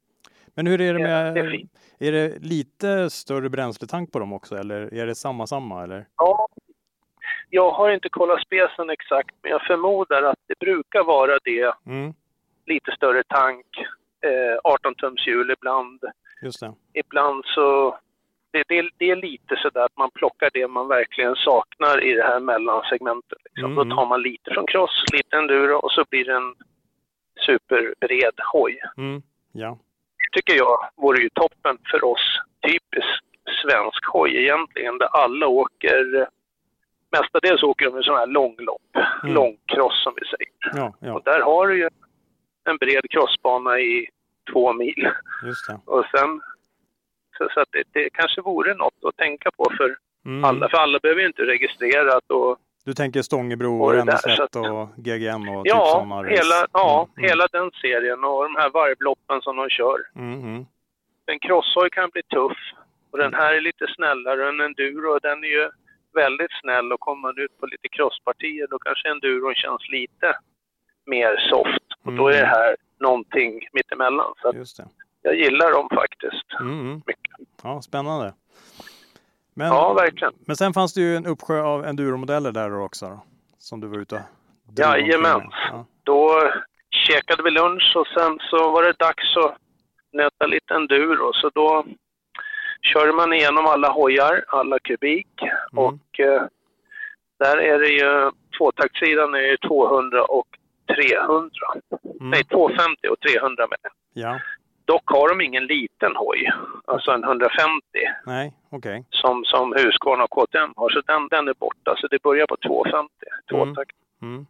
Men hur är det med, det är, fint. Är det lite större bränsletank på dem också eller är det samma samma eller? Ja, jag har inte kollat specen exakt men jag förmodar att det brukar vara det. Mm. Lite större tank, eh, arton tums hjul ibland. Just det. Ibland så, det, det, det är lite sådär att man plockar det man verkligen saknar i det här mellansegmentet. Liksom. Mm. Då tar man lite från cross, lite enduro och så blir det en superbred hoj. Mm. Ja. Tycker jag vore ju toppen för oss typisk svensk hoj egentligen. Där alla åker, mestadels åker de med sån här långlopp, Mm. långcross som vi säger. Ja, ja. Och där har du ju en bred crossbana i två mil. Just det. Och sen, så, så att det, det kanske vore något att tänka på för Mm. alla. För alla behöver ju inte registrerat och Du tänker Stångebro och och det där, Renneslätt så att- och G G N och ja, typ sådana race. hela, ja Mm, hela den serien och de här varvloppen som de kör. Mm, mm. En crosshoj kan bli tuff och den här är lite snällare än enduro och den är ju väldigt snäll och kommer man ut på lite crosspartier då kanske enduron känns lite mer soft och då är det här någonting mittemellan. Så att Just det. jag gillar dem faktiskt Mm, mm. mycket. Ja, spännande. Men, Ja, verkligen. men sen fanns det ju en uppsjö av enduromodeller där också då, som du var ute och drog Jajamän. omkring med. Ja. Då käkade vi lunch och sen så var det dags att nöta lite enduro. Så då körde man igenom alla hojar, alla kubik. Mm. Och eh, där är det ju, tvåtaktssidan är ju tvåhundra och trehundra. Mm. Nej, tvåhundrafemtio och trehundra med. Ja, Dock har de ingen liten hoj, alltså en hundrafemtio nej, okej. som, som Husqvarna och K T M har. Så den, den är borta, så det börjar på tvåhundrafemtio, tvåtakt. Mm.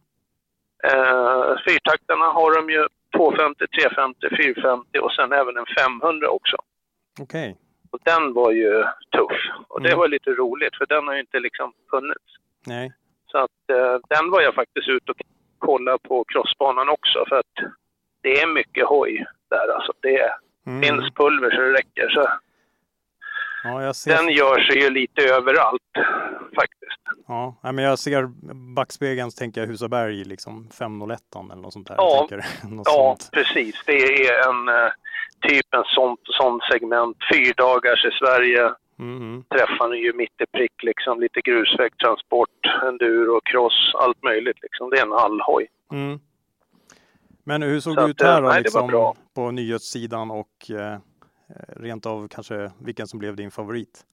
Eh, fyrtaktarna har de ju tvåhundrafemtio, trehundrafemtio, fyrahundrafemtio och sen även en femhundra också. Okej. Och den var ju tuff. Och det Mm. var lite roligt för den har ju inte liksom funnits. Nej. Så att eh, den var jag faktiskt ute och kollade på crossbanan också för att det är mycket hoj där alltså. Det Mm. finns pulver så det räcker. Så Ja, jag ser... den gör sig ju lite överallt faktiskt. Ja, nej, men jag ser backspegeln så tänker jag Husaberg liksom fem noll ett eller något sånt där. Ja. Jag tänker, något Ja, sånt. precis. Det är en eh, typ en sån, sån segment. Fyrdagars i Sverige. Mm. Träffar ni ju mitt i prick liksom. Lite grusväg, transport, enduro, cross, allt möjligt liksom. Det är en allhoj. Mm. Men hur såg Så det att, ut här då, nej, det var liksom, bra. på nyhetssidan och eh, rent av kanske vilken som blev din favorit?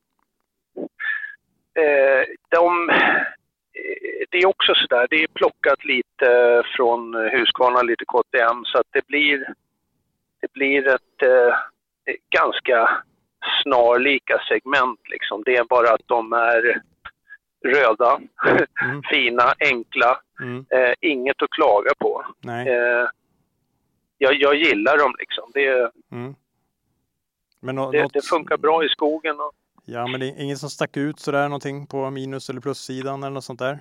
Eh, de, eh, det är också sådär, det är plockat lite från Husqvarna, lite K T M så att det blir, det blir ett eh, ganska snarlika segment liksom. Det är bara att de är röda, Mm. fina, enkla, Mm. eh, inget att klaga på. Nej. Eh, jag, jag gillar dem liksom. Det, Mm. Men nå- det, något... det funkar bra i skogen. Och, Ja, men det är ingen som stack ut sådär någonting på minus- eller plussidan eller något sånt där?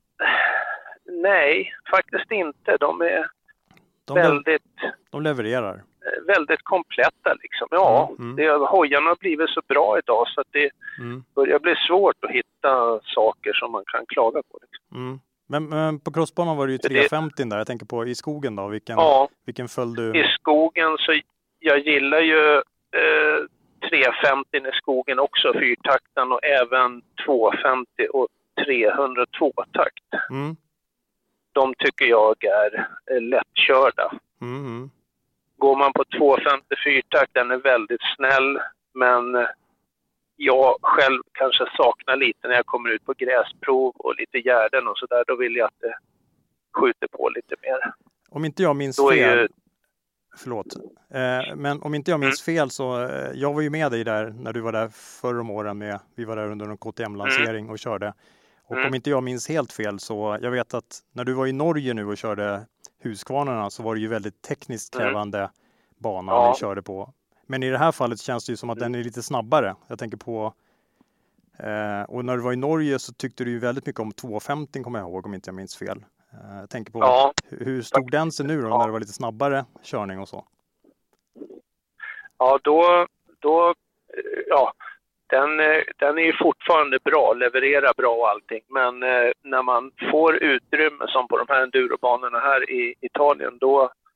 nej, faktiskt inte. De är De, le- väldigt... de levererar. väldigt kompletta liksom. Ja, Mm, mm. Det, hojarna har blivit så bra idag så att det Mm. börjar bli svårt att hitta saker som man kan klaga på. Liksom. Mm. Men, men på crossbanan var det ju Det- trehundrafemtio där. Jag tänker på i skogen då. Vilken, Ja, vilken föll du? i skogen så jag gillar ju eh, trehundrafemtio i skogen också, fyrtakten och även tvåhundrafemtio och trehundratvå-takt. Mm. De tycker jag är eh, lättkörda. Mm. Mm. Går man på tvåhundrafemtio fyrtakt, den är väldigt snäll, men eh, jag själv kanske saknar lite när jag kommer ut på gräsprov och lite gärden och sådär. Då vill jag att det skjuter på lite mer. Om inte jag minns Då är fel. ju, Förlåt. Eh, men om inte jag minns Mm. fel så eh, jag var ju med dig där när du var där förra om åren med. Vi var där under en K T M-lansering och körde. Och Mm. om inte jag minns helt fel så jag vet att när du var i Norge nu och körde Husqvarna så var det ju väldigt tekniskt Mm. krävande bana Ja. ni körde på. Men i det här fallet känns det ju som att Mm. den är lite snabbare. Jag tänker på eh, och när du var i Norge så tyckte du ju väldigt mycket om tvåhundrafemtio kommer jag ihåg om inte jag minns fel. Eh, jag tänker på ja, hur, hur stod den sig nu då Ja. när det var lite snabbare körning och så? ja, då, då, eh, ja, den, eh, den är ju fortfarande bra, levererar bra och allting. Men eh, när man får utrymme som på de här endurobanorna här i Italien, då,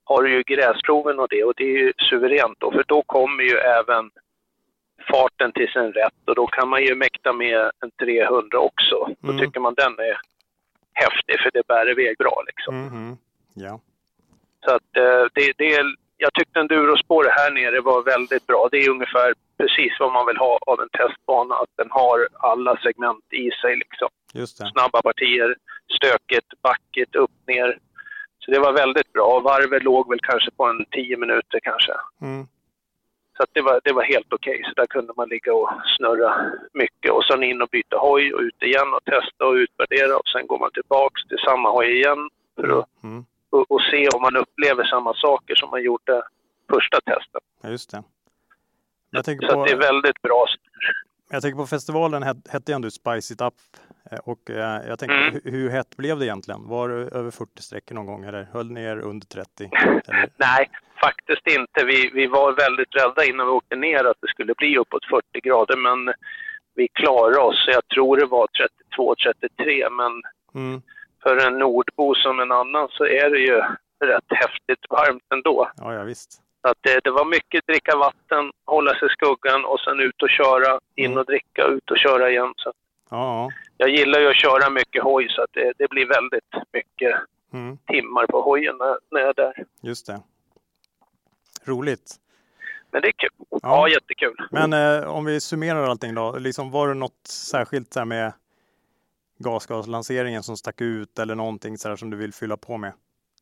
har du ju gräsproven och det, och det är ju suveränt då, för då kommer ju även farten till sin rätt, och då kan man ju mäkta med en trehundra också. Då Mm. tycker man den är häftig, för det bär iväg bra liksom. Mhm. Ja. Så att eh, det, det är, jag tyckte endurospår här nere var väldigt bra. Det är ungefär precis vad man vill ha av en testbana, att den har alla segment i sig liksom. Just det. Snabba partier, stökigt, backigt, upp, ner. Så det var väldigt bra. Varvet låg väl kanske på en tio minuter kanske. Mm. Så att det, var, det var helt okej. Okay. Så där kunde man ligga och snurra mycket. Och sen in och byta hoj och ut igen och testa och utvärdera. Och sen går man tillbaks till samma hoj igen för att Mm. och, och se om man upplever samma saker som man gjorde första testen. Ja, just det. Jag tänker Så på, att det är väldigt bra. jag tänker på festivalen het, hette ju ändå Spice It Up. Eh, Och eh, jag tänker, Mm. hur, hur hett blev det egentligen? Var det över fyrtio sträckor någon gång eller höll ni er under trettio? Eller? Nej, faktiskt inte. Vi, vi var väldigt rädda innan vi åkte ner att det skulle bli uppåt fyrtio grader, men vi klarade oss. Jag tror det var trettiotvå trettiotre, men Mm. för en nordbo som en annan så är det ju rätt häftigt varmt ändå. Ja, ja, visst. Så att det, det var mycket dricka vatten, hålla sig i skuggan och sen ut och köra, in Mm. och dricka, ut och köra igen. Så Ja, ja. jag gillar ju att köra mycket hoj, så att det, det blir väldigt mycket Mm. timmar på hojen när, när jag är där. Just det. Roligt. Men det är kul. Ja, ja jättekul. Men eh, om vi summerar allting då. Liksom, var det något särskilt här med gasgaslanseringen som stack ut eller någonting så här som du vill fylla på med?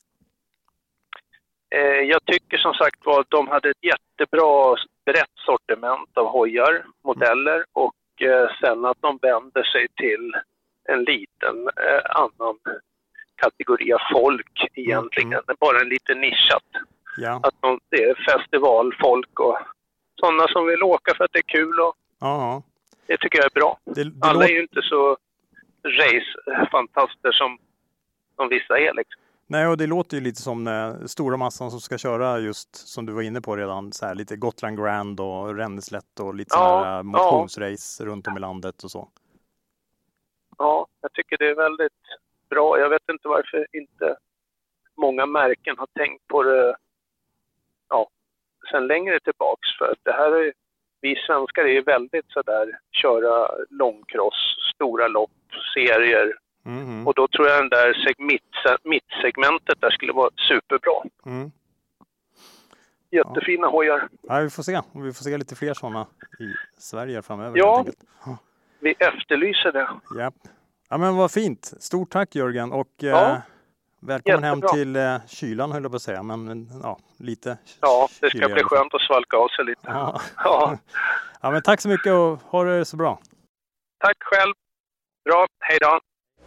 Eh, jag tycker som sagt var att de hade ett jättebra brett sortiment av hojar, modeller, och eh, sen att de vänder sig till en liten eh, annan kategori av folk egentligen. Mm. Bara en liten nischat. Ja. Att de, det är festivalfolk och sådana som vill åka för att det är kul, och Ja, ja. det tycker jag är bra. Det, det Alla låter... är ju inte så race-fantaster som, som vissa är liksom. Nej, och det låter ju lite som eh, stora massan som ska köra just som du var inne på redan, så här, lite Gotland Grand och Ränneslätt och lite Ja, sådana här ja. motionsrace runt om i landet och så. Ja, jag tycker det är väldigt bra. Jag vet inte varför inte många märken har tänkt på det, ja, sen längre tillbaks. För att det här är, vi svenskar är ju väldigt sådär, köra långcross, stora lopp, serier. Mhm. Och då tror jag den där seg- mitt- mittsegmentet där skulle vara superbra. Mm. Jättefina hojar. Ja, vi får se. Och vi får se lite fler sådana i Sverige framöver. Ja. helt enkelt. Ja. Vi efterlyser det. Japp. Ja, men vad fint. Stort tack Jörgen och Ja. eh, välkommen Jättebra. hem till eh, kylan höll jag på att säga, men ja, lite. Ja, det ska kyligare. bli skönt att svalka av sig lite. Ja. Ja. Ja, men tack så mycket och ha det så bra. Tack själv. Bra, hej då.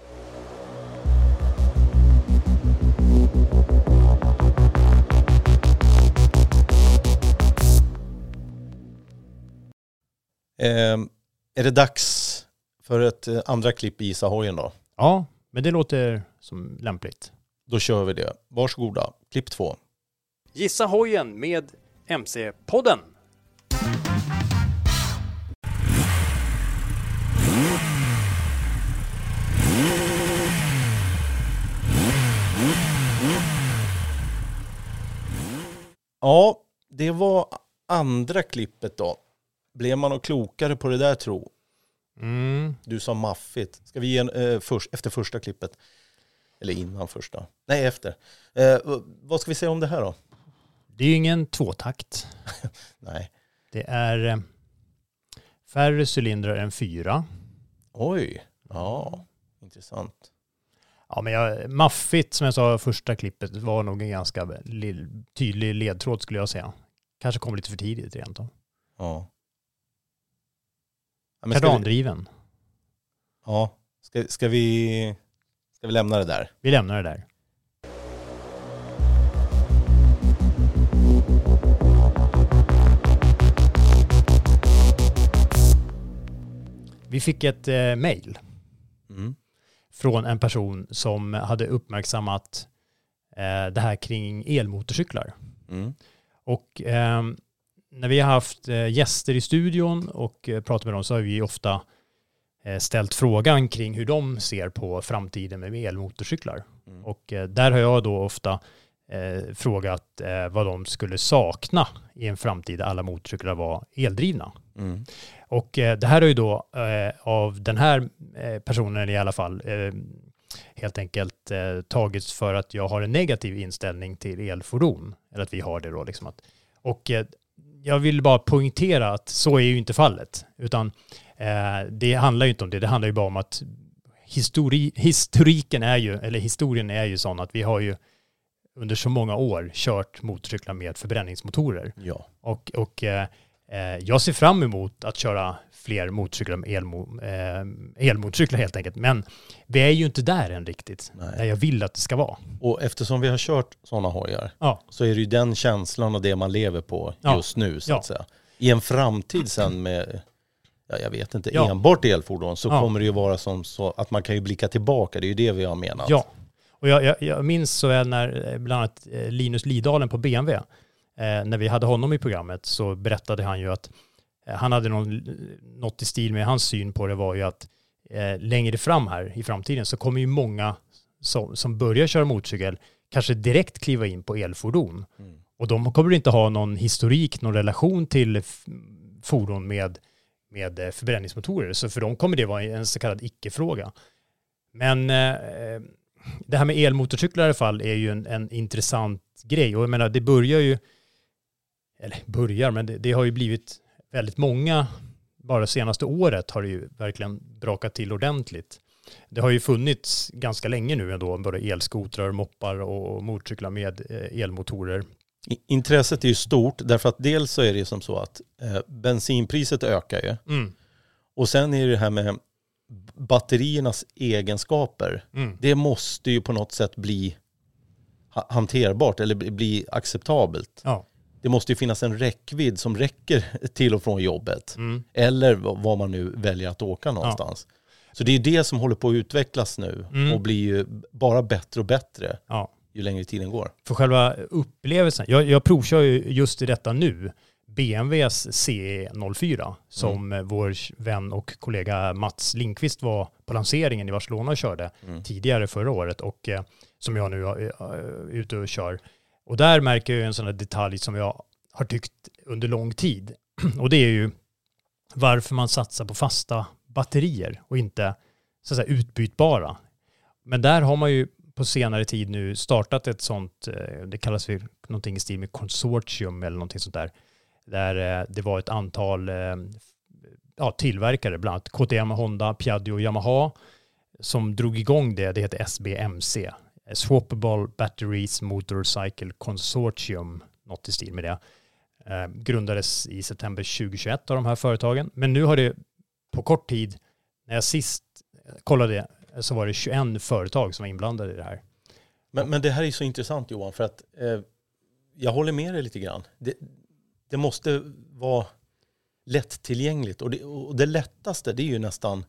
Eh, är det dags för ett eh, andra klipp i Gissa-hojen då? Ja, men det låter som lämpligt. Då kör vi det. Varsågoda. Klipp två. Gissa hojen med M C-podden. Ja, det var andra klippet då. Blev man nog klokare på det där tro? Mm. Du sa maffigt. Ska vi ge en, eh, först, efter första klippet? Eller innan första? Nej, efter. Eh, vad ska vi säga om det här då? Det är ju ingen tvåtakt. Nej. Det är eh, färre cylindrar än fyra. Oj, ja, intressant. Ja, men jag, maffigt som jag sa första klippet var nog en ganska lill, tydlig ledtråd skulle jag säga. Kanske kom lite för tidigt rent då. Ja. Ja, men ska vi, Kardandriven. ja, ska, ska, vi, ska vi lämna det där? Vi lämnar det där. Vi fick ett eh, mejl Mm. från en person som hade uppmärksammat eh, det här kring elmotorcyklar. Mm. Och eh, när vi har haft eh, gäster i studion och eh, pratat med dem så har vi ofta eh, ställt frågan kring hur de ser på framtiden med elmotorcyklar. Mm. Och eh, där har jag då ofta eh, frågat eh, vad de skulle sakna i en framtid där alla motorcyklar var eldrivna. Mm. Och eh, det här är ju då eh, av den här eh, personen i alla fall eh, helt enkelt eh, tagits för att jag har en negativ inställning till elfordon. Eller att vi har det då liksom. Att, och eh, jag vill bara poängtera att så är ju inte fallet. Utan eh, det handlar ju inte om det. Det handlar ju bara om att histori- historiken är ju, eller historien är ju sån att vi har ju under så många år kört motorcyklar med förbränningsmotorer. Ja. Och, och eh, jag ser fram emot att köra fler motorcyklar med elmo, eh, elmotorcyklar helt enkelt. Men vi är ju inte där än riktigt. Nej. Där jag vill att det ska vara. Och eftersom vi har kört sådana hojar Ja. så är det ju den känslan och det man lever på Ja. just nu så Ja. att säga. I en framtid sen med, ja, jag vet inte, Ja. enbart elfordon så Ja. kommer det ju vara som så att man kan ju blicka tillbaka. Det är ju det vi har menat. Ja. Och jag, jag, jag minns så väl när bland annat Linus Lidalen på B M W, eh, när vi hade honom i programmet så berättade han ju att eh, han hade någon, något i stil med hans syn på det var ju att eh, längre fram här i framtiden så kommer ju många som, som börjar köra motorcykel kanske direkt kliva in på elfordon. Mm. Och de kommer inte ha någon historik, någon relation till f- fordon med, med eh, förbränningsmotorer. Så för dem kommer det vara en så kallad icke-fråga. Men eh, det här med elmotorcyklar i alla fall är ju en, en intressant grej. Och jag menar, det börjar ju, eller börjar, men det, det har ju blivit väldigt många, bara senaste året har det ju verkligen brakat till ordentligt. Det har ju funnits ganska länge nu ändå, både elskotrar, moppar och motorcyklar med elmotorer. Intresset är ju stort därför att dels så är det ju som så att eh, bensinpriset ökar ju. Mm. Och sen är det här med batteriernas egenskaper. Mm. Det måste ju på något sätt bli ha- hanterbart eller bli, bli acceptabelt. Ja. Det måste ju finnas en räckvidd som räcker till och från jobbet. Mm. Eller var man nu väljer att åka någonstans. Ja. Så det är det som håller på att utvecklas nu Mm. och blir ju bara bättre och bättre Ja. ju längre tiden går. För själva upplevelsen, jag, jag provkör ju just i detta nu B M Ws C E noll fyra som mm. vår vän och kollega Mats Lindqvist var på lanseringen i Barcelona och körde mm. tidigare förra året och eh, som jag nu är uh, ute och kör. Och där märker jag en sån här detalj som jag har tyckt under lång tid. Och det är ju varför man satsar på fasta batterier och inte så att säga utbytbara. Men där har man ju på senare tid nu startat ett sånt, det kallas för någonting i stil med konsortium eller någonting sånt där. Där det var ett antal ja, tillverkare, bland annat K T M, Honda, Piaggio och Yamaha som drog igång det. Det heter S B M C. Swappable Batteries Motorcycle Consortium, något i stil med det. Eh, grundades i september tjugohundratjugoett av de här företagen. Men nu har det på kort tid, när jag sist kollade så var det tjugoett företag som var inblandade i det här. Men, men det här är så intressant Johan, för att eh, jag håller med dig lite grann. Det, det måste vara lättillgängligt och det, och det lättaste det är ju nästan,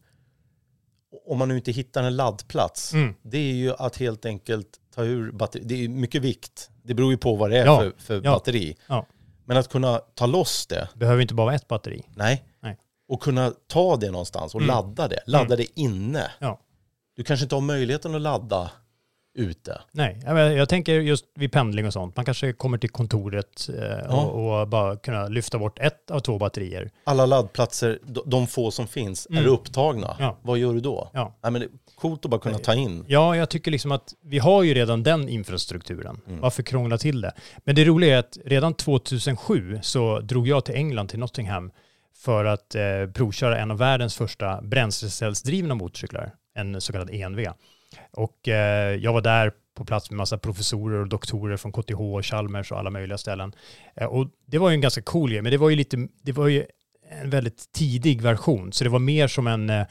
om man nu inte hittar en laddplats, mm. det är ju att helt enkelt ta ur batteri. Det är mycket vikt. Det beror ju på vad det är ja. för, för ja. batteri. Ja. Men att kunna ta loss det. Behöver inte bara vara ett batteri. Nej. Nej. Och kunna ta det någonstans och mm. ladda det. Ladda mm. det inne. Ja. Du kanske inte har möjligheten att ladda ute. Nej, jag, jag tänker just vid pendling och sånt. Man kanske kommer till kontoret eh, ja. och, och bara kunna lyfta bort ett av två batterier. Alla laddplatser, de, de få som finns, mm. är upptagna. Ja. Vad gör du då? Ja. Nej, men det är coolt att bara kunna ta in. Ja, jag tycker liksom att vi har ju redan den infrastrukturen. Mm. Varför krångla till det? Men det roliga är att redan tvåtusensju så drog jag till England, till Nottingham, för att eh, provköra en av världens första bränslecellsdrivna motorcyklar. En så kallad E N V. Och eh, jag var där på plats med massa professorer och doktorer från K T H och Chalmers och alla möjliga ställen. Eh, och det var ju en ganska cool grej, men det var ju lite, det var ju en väldigt tidig version. Så det var mer som en, eh,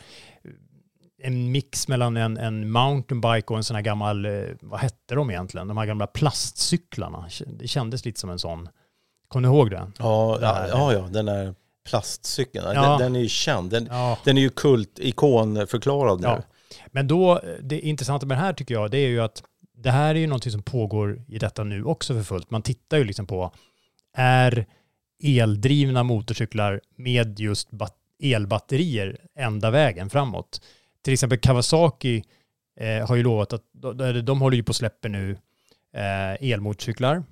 en mix mellan en, en mountainbike och en sån här gammal, eh, vad hette de egentligen? De här gamla plastcyklarna. Det kändes lite som en sån. Kommer du ihåg det? Ja, ja, ja, ja, den där plastcykeln. Ja. Den, den är ju känd. Den, ja. den är ju kult, ikonförklarad nu. Ja. Men då, det intressanta med det här tycker jag, det är ju att det här är ju någonting som pågår i detta nu också för fullt. Man tittar ju liksom på, är eldrivna motorcyklar med just bat- elbatterier enda vägen framåt? Till exempel Kawasaki eh, har ju lovat att, de, de håller ju på att släppa nu eh, elmotorcyklar.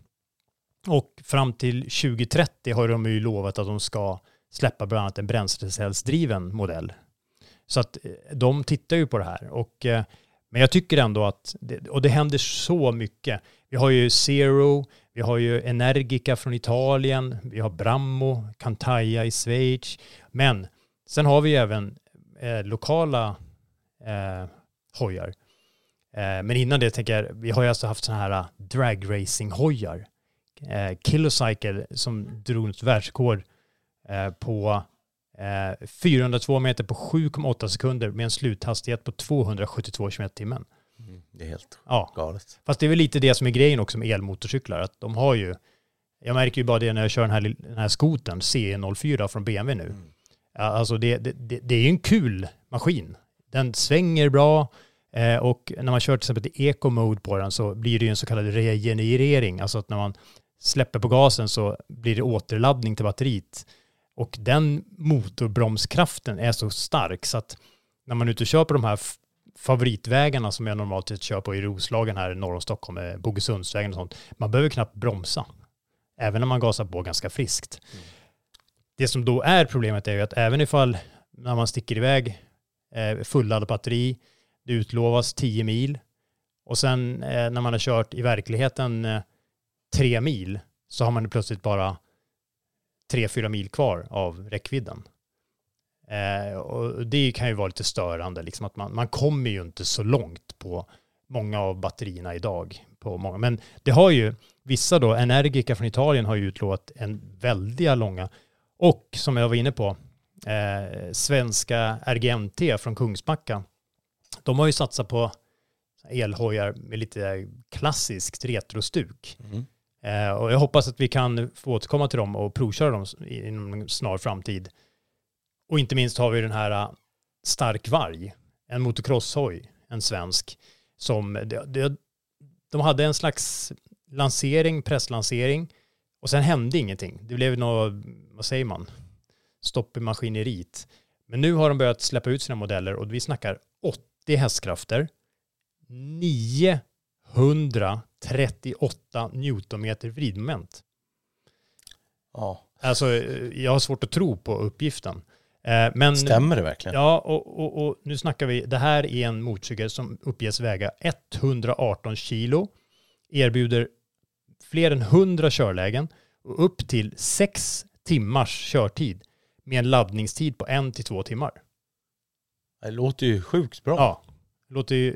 Och fram till tjugo trettio har de ju lovat att de ska släppa bland annat en bränslecellsdriven modell. Så att de tittar ju på det här. Och, eh, men jag tycker ändå att, det, och det händer så mycket. Vi har ju Zero, vi har ju Energica från Italien, vi har Brammo, Cantaia i Schweiz. Men sen har vi även eh, lokala eh, hojar. Eh, men innan det tänker jag, vi har ju alltså haft sådana här dragracing-hojar. Eh, Kilocycle som drog ett världsrekord eh, på eh, fyrahundratvå meter på sju komma åtta sekunder med en sluthastighet på tvåhundrasjuttiotvå kilometer i timmen. Mm, det är helt ja. galet. Fast det är väl lite det som är grejen också med elmotorcyklar. Att de har ju, jag märker ju bara det när jag kör den här, den här skotern C noll fyra från B M W nu. Mm. Alltså det, det, det är ju en kul maskin. Den svänger bra. Eh, och när man kör till exempel i eco-mode på den så blir det ju en så kallad regenerering. Alltså att när man släpper på gasen så blir det återladdning till batteriet. Och den motorbromskraften är så stark så att när man är ute och kör på de här f- favoritvägarna som jag normalt sett kör på i Roslagen här norr om Stockholm med Bogesundsvägen och sånt. Man behöver knappt bromsa. Även när man gasar på ganska friskt. Mm. Det som då är problemet är ju att även ifall när man sticker iväg eh, fulladdad batteri, det utlovas tio mil och sen eh, när man har kört i verkligheten eh, tre mil så har man plötsligt bara tre, fyra mil kvar av räckvidden. Eh, och det kan ju vara lite störande. Liksom att man, man kommer ju inte så långt på många av batterierna idag. På många. Men det har ju vissa då, Energica från Italien har ju utlovat en väldiga långa. Och som jag var inne på, eh, svenska R G M T från Kungsbacka. De har ju satsat på elhojar med lite klassiskt retrostuk. Mm. Eh, och jag hoppas att vi kan få återkomma till dem och provköra dem inom en snar framtid. Och inte minst har vi den här uh, Stark Varg, en motocrosshoj, en svensk, som det, det, de hade en slags lansering, presslansering och sen hände ingenting. Det blev något, vad säger man, stopp i maskineriet. Men nu har de börjat släppa ut sina modeller och vi snackar åttio hästkrafter, niohundratrettioåtta newtonmeter vridmoment. Ja. Alltså, jag har svårt att tro på uppgiften. Men, stämmer det verkligen? Ja, och, och, och nu snackar vi, det här är en motorcykel som uppges väga etthundraarton kilo, erbjuder fler än hundra körlägen och upp till sex timmars körtid med en laddningstid på en till två timmar. Det låter ju sjukt bra. Ja, det låter ju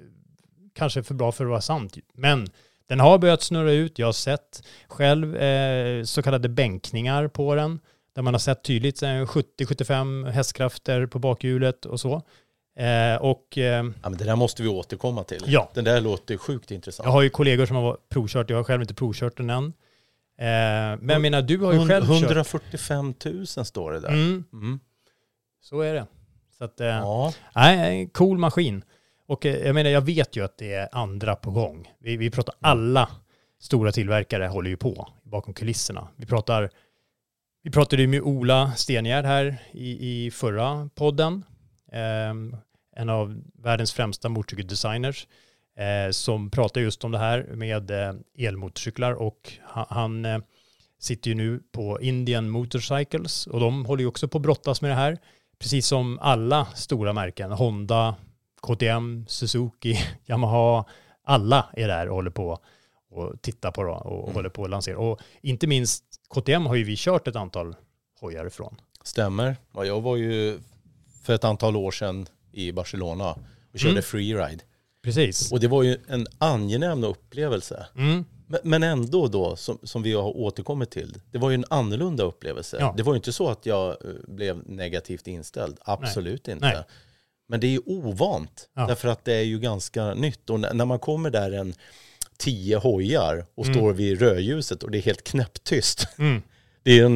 kanske för bra för att vara sant. Men den har börjat snurra ut. Jag har sett själv eh, så kallade bänkningar på den. Där man har sett tydligt sjuttio till sjuttiofem hästkrafter på bakhjulet och så. Eh, och, eh, ja, men det där måste vi återkomma till. Ja. Den där låter sjukt intressant. Jag har ju kollegor som har provkört. Jag har själv inte provkört den än. Eh, men jag menar, du har ju själv kört. hundrafyrtiofem tusen står det där. Mm. Mm. Så är det. Så att, eh, ja. nej, cool maskin. Och eh, jag menar, jag vet ju att det är andra på gång. Vi, vi pratar alla stora tillverkare håller ju på bakom kulisserna. Vi pratar Vi pratade ju med Ola Stenjärd här i, i förra podden. Eh, en av världens främsta motorcykeldesigners eh, som pratar just om det här med eh, elmotorcyklar. Och han, han eh, sitter ju nu på Indian Motorcycles och de håller ju också på att brottas med det här. Precis som alla stora märken. Honda, K T M, Suzuki, Yamaha. Alla är där och håller på och tittar på det och mm. håller på att lansera. Och inte minst K T M har ju vi kört ett antal hojar ifrån. Stämmer. Ja, jag var ju för ett antal år sedan i Barcelona och körde mm. freeride. Precis. Och det var ju en angenäm upplevelse. Mm. Men, men ändå då, som, som vi har återkommit till, det var ju en annorlunda upplevelse. Ja. Det var ju inte så att jag blev negativt inställd. Absolut Nej. inte. Nej. Men det är ju ovant. Ja. Därför att det är ju ganska nytt. Och n- när man kommer där en tio hojar och mm. står vid rödljuset och det är helt knäpptyst. Mm. Det är en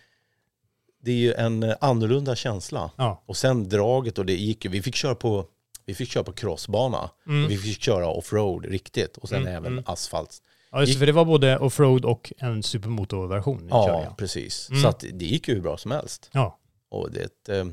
det är ju en annorlunda känsla. Ja. Och sen draget och det gick ju, vi fick köra på vi fick köra på crossbana mm. och vi fick köra offroad riktigt och sen mm. även mm. asfalt. Ja, just, för det var både offroad och en supermotorversion. Ja, körde jag. precis. Mm. Så att det gick ju hur bra som helst. Ja. Och det är ett eh,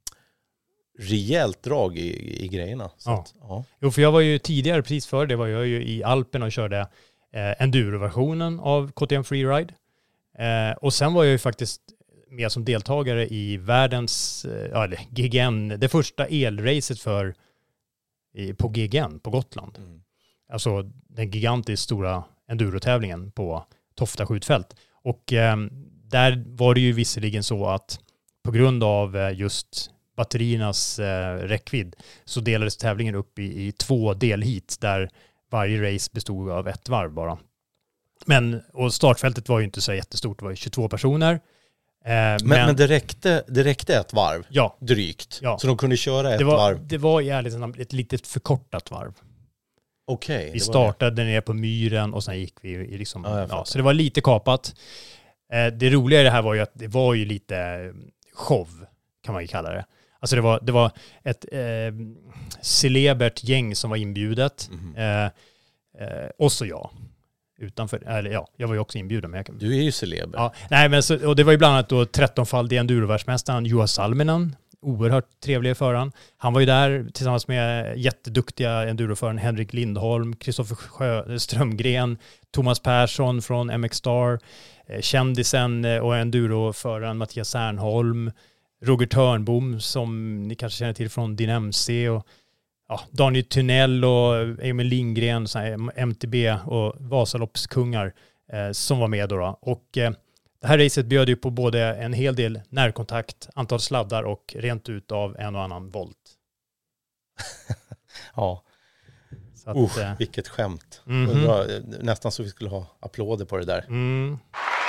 rejält drag i, i grejerna. Så ja. Att, ja. Jo, för jag var ju tidigare, precis före det var jag ju i Alpen och körde eh, enduro-versionen av K T M Freeride. Eh, och sen var jag ju faktiskt med som deltagare i världens, eh, ja, G G N, det första elracet för i, på G G N på Gotland. Mm. Alltså den gigantiskt stora endurotävlingen på Tofta skjutfält. Och eh, där var det ju visserligen så att på grund av eh, just batteriernas eh, räckvidd så delades tävlingen upp i, i två delhit där varje race bestod av ett varv bara. Men, och startfältet var ju inte så jättestort, det var ju tjugotvå personer. Eh, men, men men det, räckte, det räckte ett varv, ja, drygt. Ja. Så de kunde köra ett det var, varv. Det var i ärlighet ett litet förkortat varv. Okej. Okay, vi startade ner på myren och sen gick vi i liksom, ja, ja, så det var lite kapat. Eh, det roliga i det här var ju att det var ju lite show, kan man ju kalla det. Alltså det var, det var ett eh, celebert gäng som var inbjudet. Mm. Eh, eh, och så jag. Utanför, eller ja, jag var ju också inbjuden. Men jag, du är ju celeber. Ja, nej, men så, och det var ju bland annat då trettonfaldig endurovärldsmästaren Juha Salminen. Oerhört trevlig föraren. Han var ju där tillsammans med jätteduktiga enduroföraren Henrik Lindholm, Kristoffer Strömgren, Thomas Persson från M X Star, eh, kändisen och enduroföraren Mattias Särnholm, Roger Törnbom som ni kanske känner till från Din M C och ja, Daniel Tunnell och Emil Lindgren, så här, M T B och Vasaloppskungar eh, som var med då. då. Och eh, det här racet bjöd ju på både en hel del närkontakt, antal sladdar och rent ut av en och annan volt. Ja, så att, Usch, eh, vilket skämt. Mm-hmm. Undrar, nästan så vi skulle ha applåder på det där. Mm.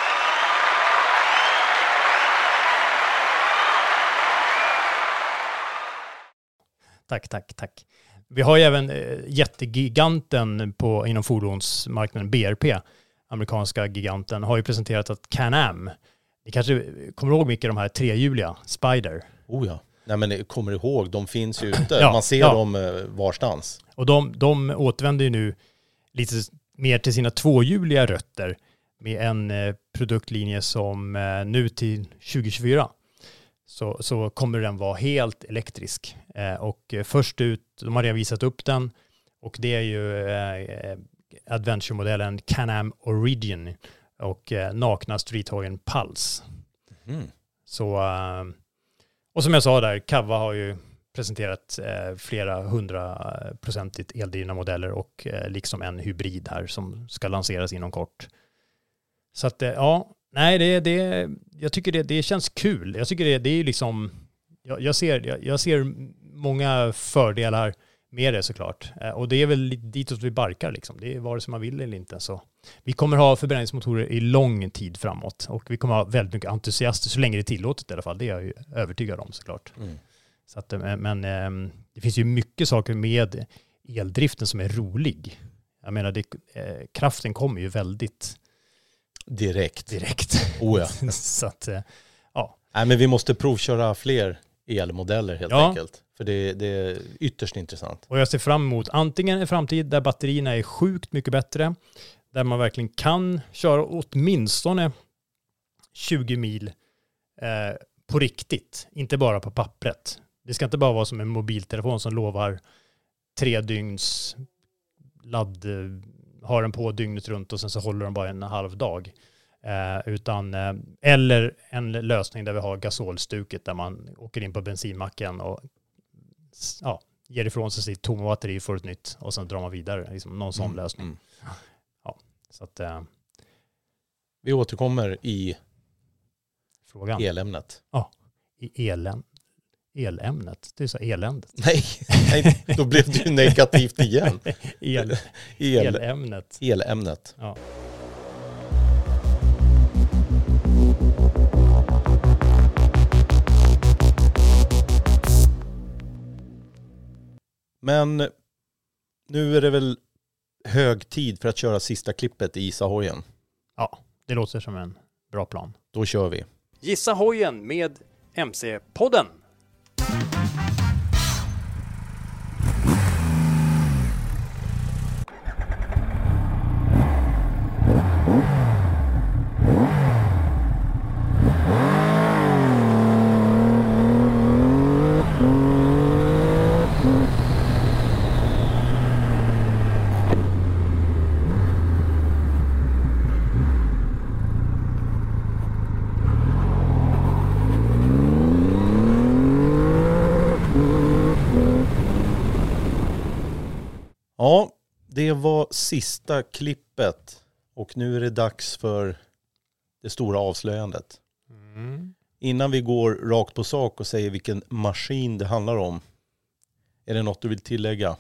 Tack, tack, tack. Vi har ju även eh, jättegiganten på, inom fordonsmarknaden, B R P, amerikanska giganten, har ju presenterat att Can-Am, ni kanske kommer ihåg mycket de här trehjuliga, Spider. Oh ja, nej men kommer ihåg, de finns ju ute, ja, man ser ja. dem eh, varstans. Och de, de återvänder ju nu lite mer till sina tvåhjuliga rötter med en eh, produktlinje som eh, nu till tjugo tjugofyra så, så kommer den vara helt elektrisk. Eh, och eh, först ut, de har redan visat upp den, och det är ju eh, adventure-modellen Can-Am Origin och eh, nakna streethagen Pulse. Mm. Så, eh, och som jag sa där, Kava har ju presenterat eh, flera hundraprocentigt eldrivna modeller och eh, liksom en hybrid här som ska lanseras inom kort. Så att eh, ja, nej, det, det, jag tycker det, det känns kul. Jag tycker det, det är liksom, jag, jag, ser, jag, jag ser många fördelar med det såklart. Eh, och det är väl ditåt vi barkar liksom. Det är vare sig man vill eller inte. Så vi kommer ha förbränningsmotorer i lång tid framåt och vi kommer ha väldigt mycket entusiaster så länge det är tillåtet i alla fall. Det är jag ju övertygad om såklart. Mm. Så att, men eh, det finns ju mycket saker med eldriften som är rolig. Jag menar, det, eh, kraften kommer ju väldigt direkt. direkt. Oh ja. Så att, eh, ja. Nej, men vi måste provköra fler elmodeller helt ja. enkelt. För det, det är ytterst intressant. Och jag ser fram emot antingen en framtid där batterierna är sjukt mycket bättre, där man verkligen kan köra åtminstone tjugo mil eh, på riktigt, inte bara på pappret. Det ska inte bara vara som en mobiltelefon som lovar tre dygns ladd, har den på dygnet runt och sen så håller den bara en halv dag. Eh, utan, eh, eller en lösning där vi har gasolstuket där man åker in på bensinmacken och ja, ger ifrån sig sitt tomma batteri för ett nytt och sen drar man vidare. Liksom någon sån mm. lösning. Mm. Ja, så att, eh, vi återkommer i frågan. Elämnet. Ja, i elen. Elämnet. Det är så eländet. Nej, nej, då blev det ju negativt igen. El, El, elämnet. Elämnet. Ja. Men nu är det väl hög tid för att köra sista klippet i Gissa hojen. Ja, det låter som en bra plan. Då kör vi. Gissa hojen med M C-podden. Ja, det var sista klippet och nu är det dags för det stora avslöjandet. Mm. Innan vi går rakt på sak och säger vilken maskin det handlar om, är det något du vill tillägga?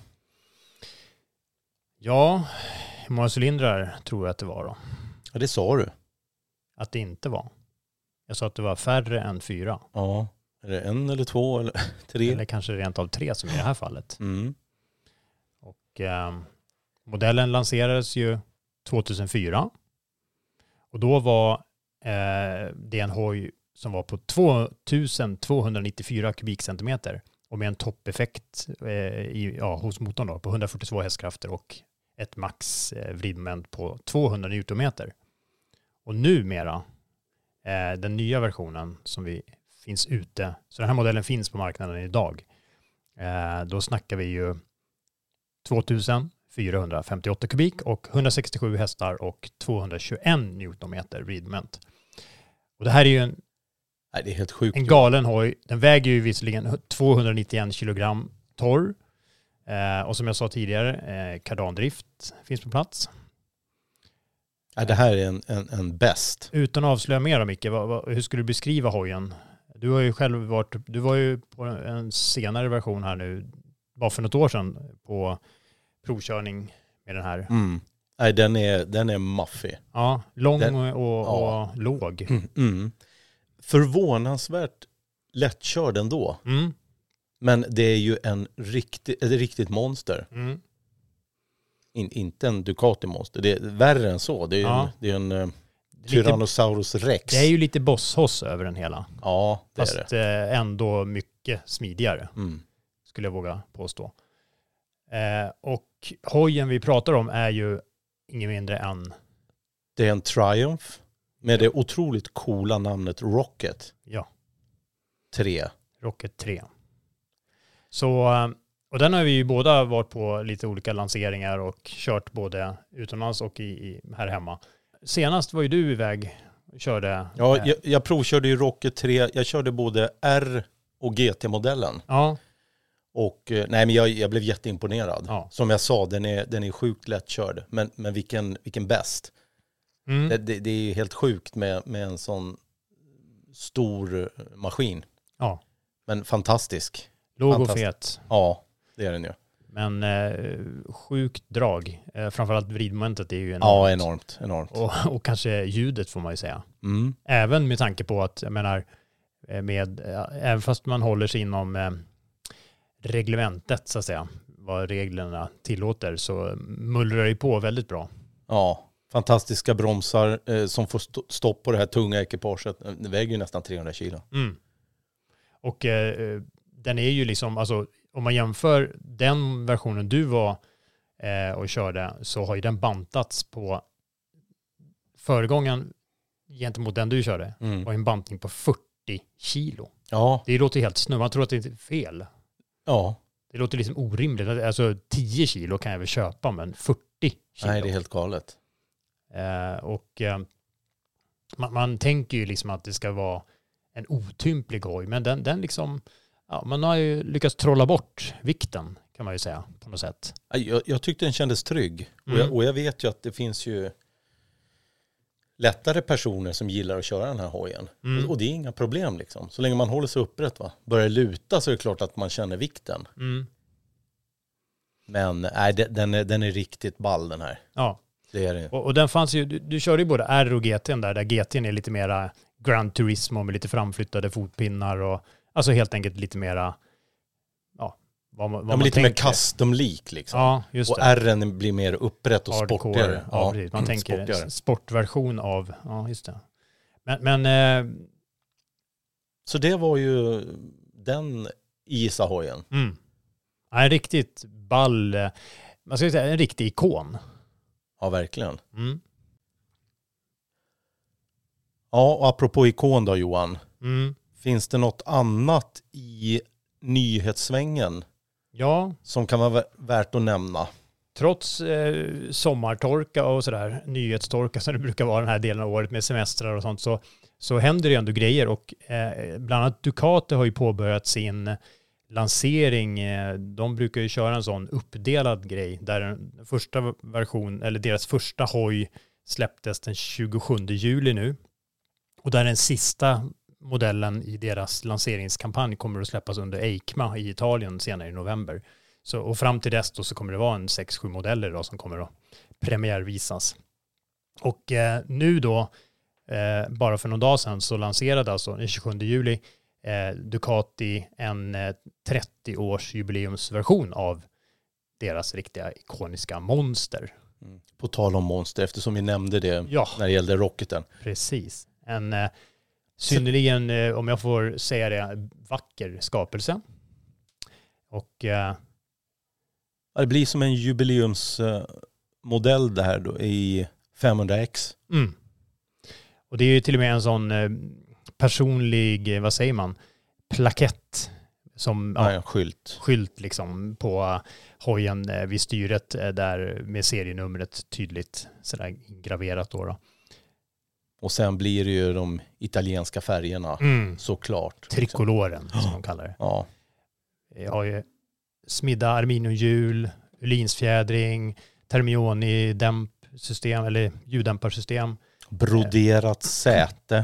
Ja, hur många cylindrar tror jag att det var då? Ja, det sa du. Att det inte var. Jag sa att det var färre än fyra. Ja, är det en eller två eller tre? Eller kanske rent av tre som i det här fallet. Mm. Och eh, modellen lanserades ju tjugohundrafyra. Och då var eh, det en hoj som var på tvåtusen-tvåhundranittiofyra kubikcentimeter. Och med en toppeffekt eh, i, ja, hos motorn då, på hundrafyrtiotvå hästkrafter och ett max eh, vridmoment på tvåhundra newtonmeter. Och numera, eh, den nya versionen som vi finns ute, så den här modellen finns på marknaden idag. Eh, då snackar vi ju tvåtusen fyrahundrafemtioåtta kubik och hundrasextiosju hästar och tvåhundratjugoett newtonmeter vridmoment. Och det här är ju en, Nej, det är helt sjukt. en galen hoj. Den väger ju visserligen tvåhundranittioen kilogram torr. Eh, och som jag sa tidigare, eh, kardandrift finns på plats. Nej, det här är en, en, en bäst. Utan att avslöja mer om Micke, vad, vad, hur skulle du beskriva hojen? Du har ju själv varit, du var ju på en senare version här nu, bara för något år sedan, på provkörning med den här. Mm. Nej, den är, den är maffig. Ja, lång den, och, och ja. låg. Mm, mm. Förvånansvärt lättkörd ändå. Mm. Men det är ju en riktig, ett riktigt monster. Mm. In, inte en Ducati-monster. Det är värre än så. Det är Ja. en, det är en uh, Tyrannosaurus rex. Det är ju lite bosshoss över den hela. Ja, det Fast är det. Eh, ändå mycket smidigare, Mm. skulle jag våga påstå. Eh, och hojen vi pratar om är ju ingen mindre än... Det är en Triumph med det otroligt coola namnet Rocket Ja, tre. Rocket tre. Så, och den har vi ju båda varit på lite olika lanseringar och kört både utomlands och i, i, här hemma. Senast var ju du iväg och körde... Ja, eh, jag, jag provkörde ju Rocket tre. Jag körde både R och G T-modellen. Ja, Och nej, men jag, jag blev jätteimponerad. Ja. Som jag sa, den är, den är sjukt lättkörd. Men, men vilken, vilken bäst. mm. Det, det, det är helt sjukt med, med en sån stor maskin. ja. Men fantastisk. Låg och Fantastisk. fet. Ja, det är den ju. Men eh, sjukt drag. Eh, framförallt vridmomentet är ju enormt. Ja, enormt. enormt. Och, och kanske ljudet får man ju säga. Mm. Även med tanke på att, jag menar, med, även fast man håller sig inom eh, reglementet så att säga, vad reglerna tillåter, så mullrar det på väldigt bra. Ja, fantastiska bromsar eh, som får st- stopp på det här tunga ekipaget. Det väger ju nästan trehundra kilo. Mm. Och eh, den är ju liksom, alltså om man jämför den versionen du var eh, och körde, så har ju den bantats på föregången gentemot den du körde. Mm. Och en bantning på fyrtio kilo. Ja, Det låter helt snurr. Man tror att det är fel. ja. Det låter liksom orimligt. Alltså tio kilo kan jag väl köpa, men fyrtio kilo. Nej, det är helt galet. Eh, och eh, man, man tänker ju liksom att det ska vara en otymplig hoj, men den, den liksom, ja, man har ju lyckats trolla bort vikten, kan man ju säga, på något sätt. Jag, jag tyckte den kändes trygg. Mm. Och, jag, och jag vet ju att det finns ju lättare personer som gillar att köra den här hojen. Mm. Och det är inga problem liksom. Så länge man håller sig upprätt, va? Börjar luta så är det klart att man känner vikten. Mm. Men nej, det- den är, den är riktigt ball den här. Ja, Det är det. och, och den fanns ju, du, du körde ju både R och G T där, där G T är lite mera Gran Turismo med lite framflyttade fotpinnar och alltså helt enkelt lite mera, ja, vad, man- vad Ja, men man lite tänker. mer custom-lik liksom. Ja, just och det. R blir mer upprätt och Hardcore. sportigare. Ja, precis. Man mm, tänker sportigare. sportversion av, ja just det. Men, men eh, Så det var ju den Isa-hojen. mm. Ja, en riktigt ball, eh, man ska säga en riktig ikon. Ja, verkligen. Mm. Ja, och apropå ikon då, Johan. Mm. Finns det något annat i nyhetssvängen Ja, som kan vara värt att nämna? trots eh, sommartorka och sådär, nyhetstorka som det brukar vara den här delen av året med semestrar och sånt, så, så händer det ändå grejer. Och eh, bland annat Ducati har ju påbörjat sin lansering, eh, de brukar ju köra en sån uppdelad grej där den första version, eller deras första hoj släpptes den tjugosjunde juli nu. Och där den sista modellen i deras lanseringskampanj kommer att släppas under EICMA i Italien senare i november. Så, och fram till dess då så kommer det vara en sex sju modeller då som kommer att premiärvisas. Och eh, nu då, eh, bara för någon dag sedan så lanserade alltså den tjugosjunde juli eh, Ducati en eh, trettio-års jubileumsversion av deras riktiga ikoniska monster. Mm. På tal om monster, eftersom vi nämnde det ja. när det gällde Rocketen. Precis. En eh, synnerligen, eh, om jag får säga det, vacker skapelse. Och eh, det blir som en jubileumsmodell uh, det här då i femhundra X. Mm. Och det är ju till och med en sån eh, personlig, vad säger man, plakett som ja, ja, ja, skylt. skylt liksom på uh, hojen uh, vid styret uh, där med serienumret tydligt sådär graverat då, då. Och sen blir det ju de italienska färgerna mm. såklart. Trikoloren liksom. som de kallar det. Ja. Jag har ju smidda aluminiumhjul, linsfjädring, Termioni-dämpsystem eller ljuddämparsystem. Broderat säte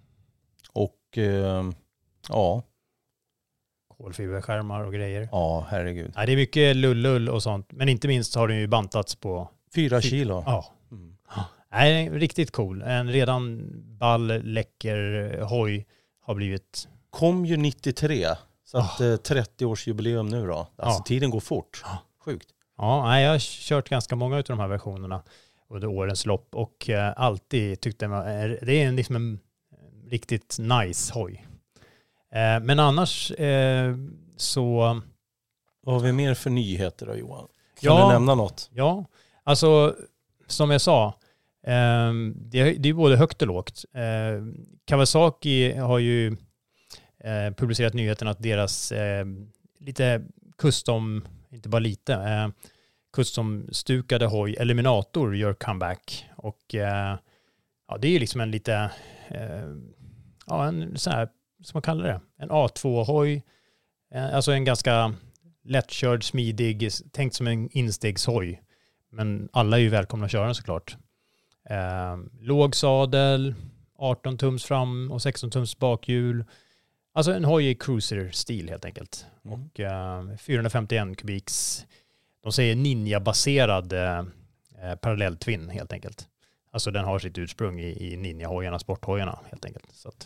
och eh, ja. Kolfiberskärmar och grejer. Ja, herregud. Ja, det är mycket lullull och sånt. Men inte minst har den ju bantats på fyra kilo. Ja. Mm. Nej, riktigt cool. En redan ball, läcker hoj har blivit... Kom ju nittiotre. Så att oh. trettio-årsjubileum nu då. Alltså ja. tiden går fort. Sjukt. Ja, nej, jag har kört ganska många av de här versionerna under årens lopp. Och eh, alltid tyckte jag det är en, liksom en riktigt nice hoj. Eh, men annars eh, så... Vad har vi mer för nyheter då, Johan? Kan ja, du nämna något? Ja, alltså som jag sa, eh, det, är, det är både högt och lågt. Eh, Kawasaki har ju eh, publicerat nyheten att deras eh, lite custom, inte bara lite, eh, custom-stukade hoj, Eliminator, gör comeback. Och eh, ja, det är ju liksom en lite, eh, ja, en sån här, som man kallar det, en A två-hoj. Eh, alltså en ganska lättkörd, smidig, tänkt som en instegshoj. Men alla är ju välkomna att köra den såklart. Eh, låg sadel, arton tums fram och sexton tums bakhjul. Alltså en hoj i cruiser-stil helt enkelt. Mm. Och eh, fyrahundrafemtioen kubiks, de säger ninja-baserad eh, parallelltvinn helt enkelt. Alltså den har sitt ursprung i, i ninja-hojarna, sporthojarna helt enkelt. Så att,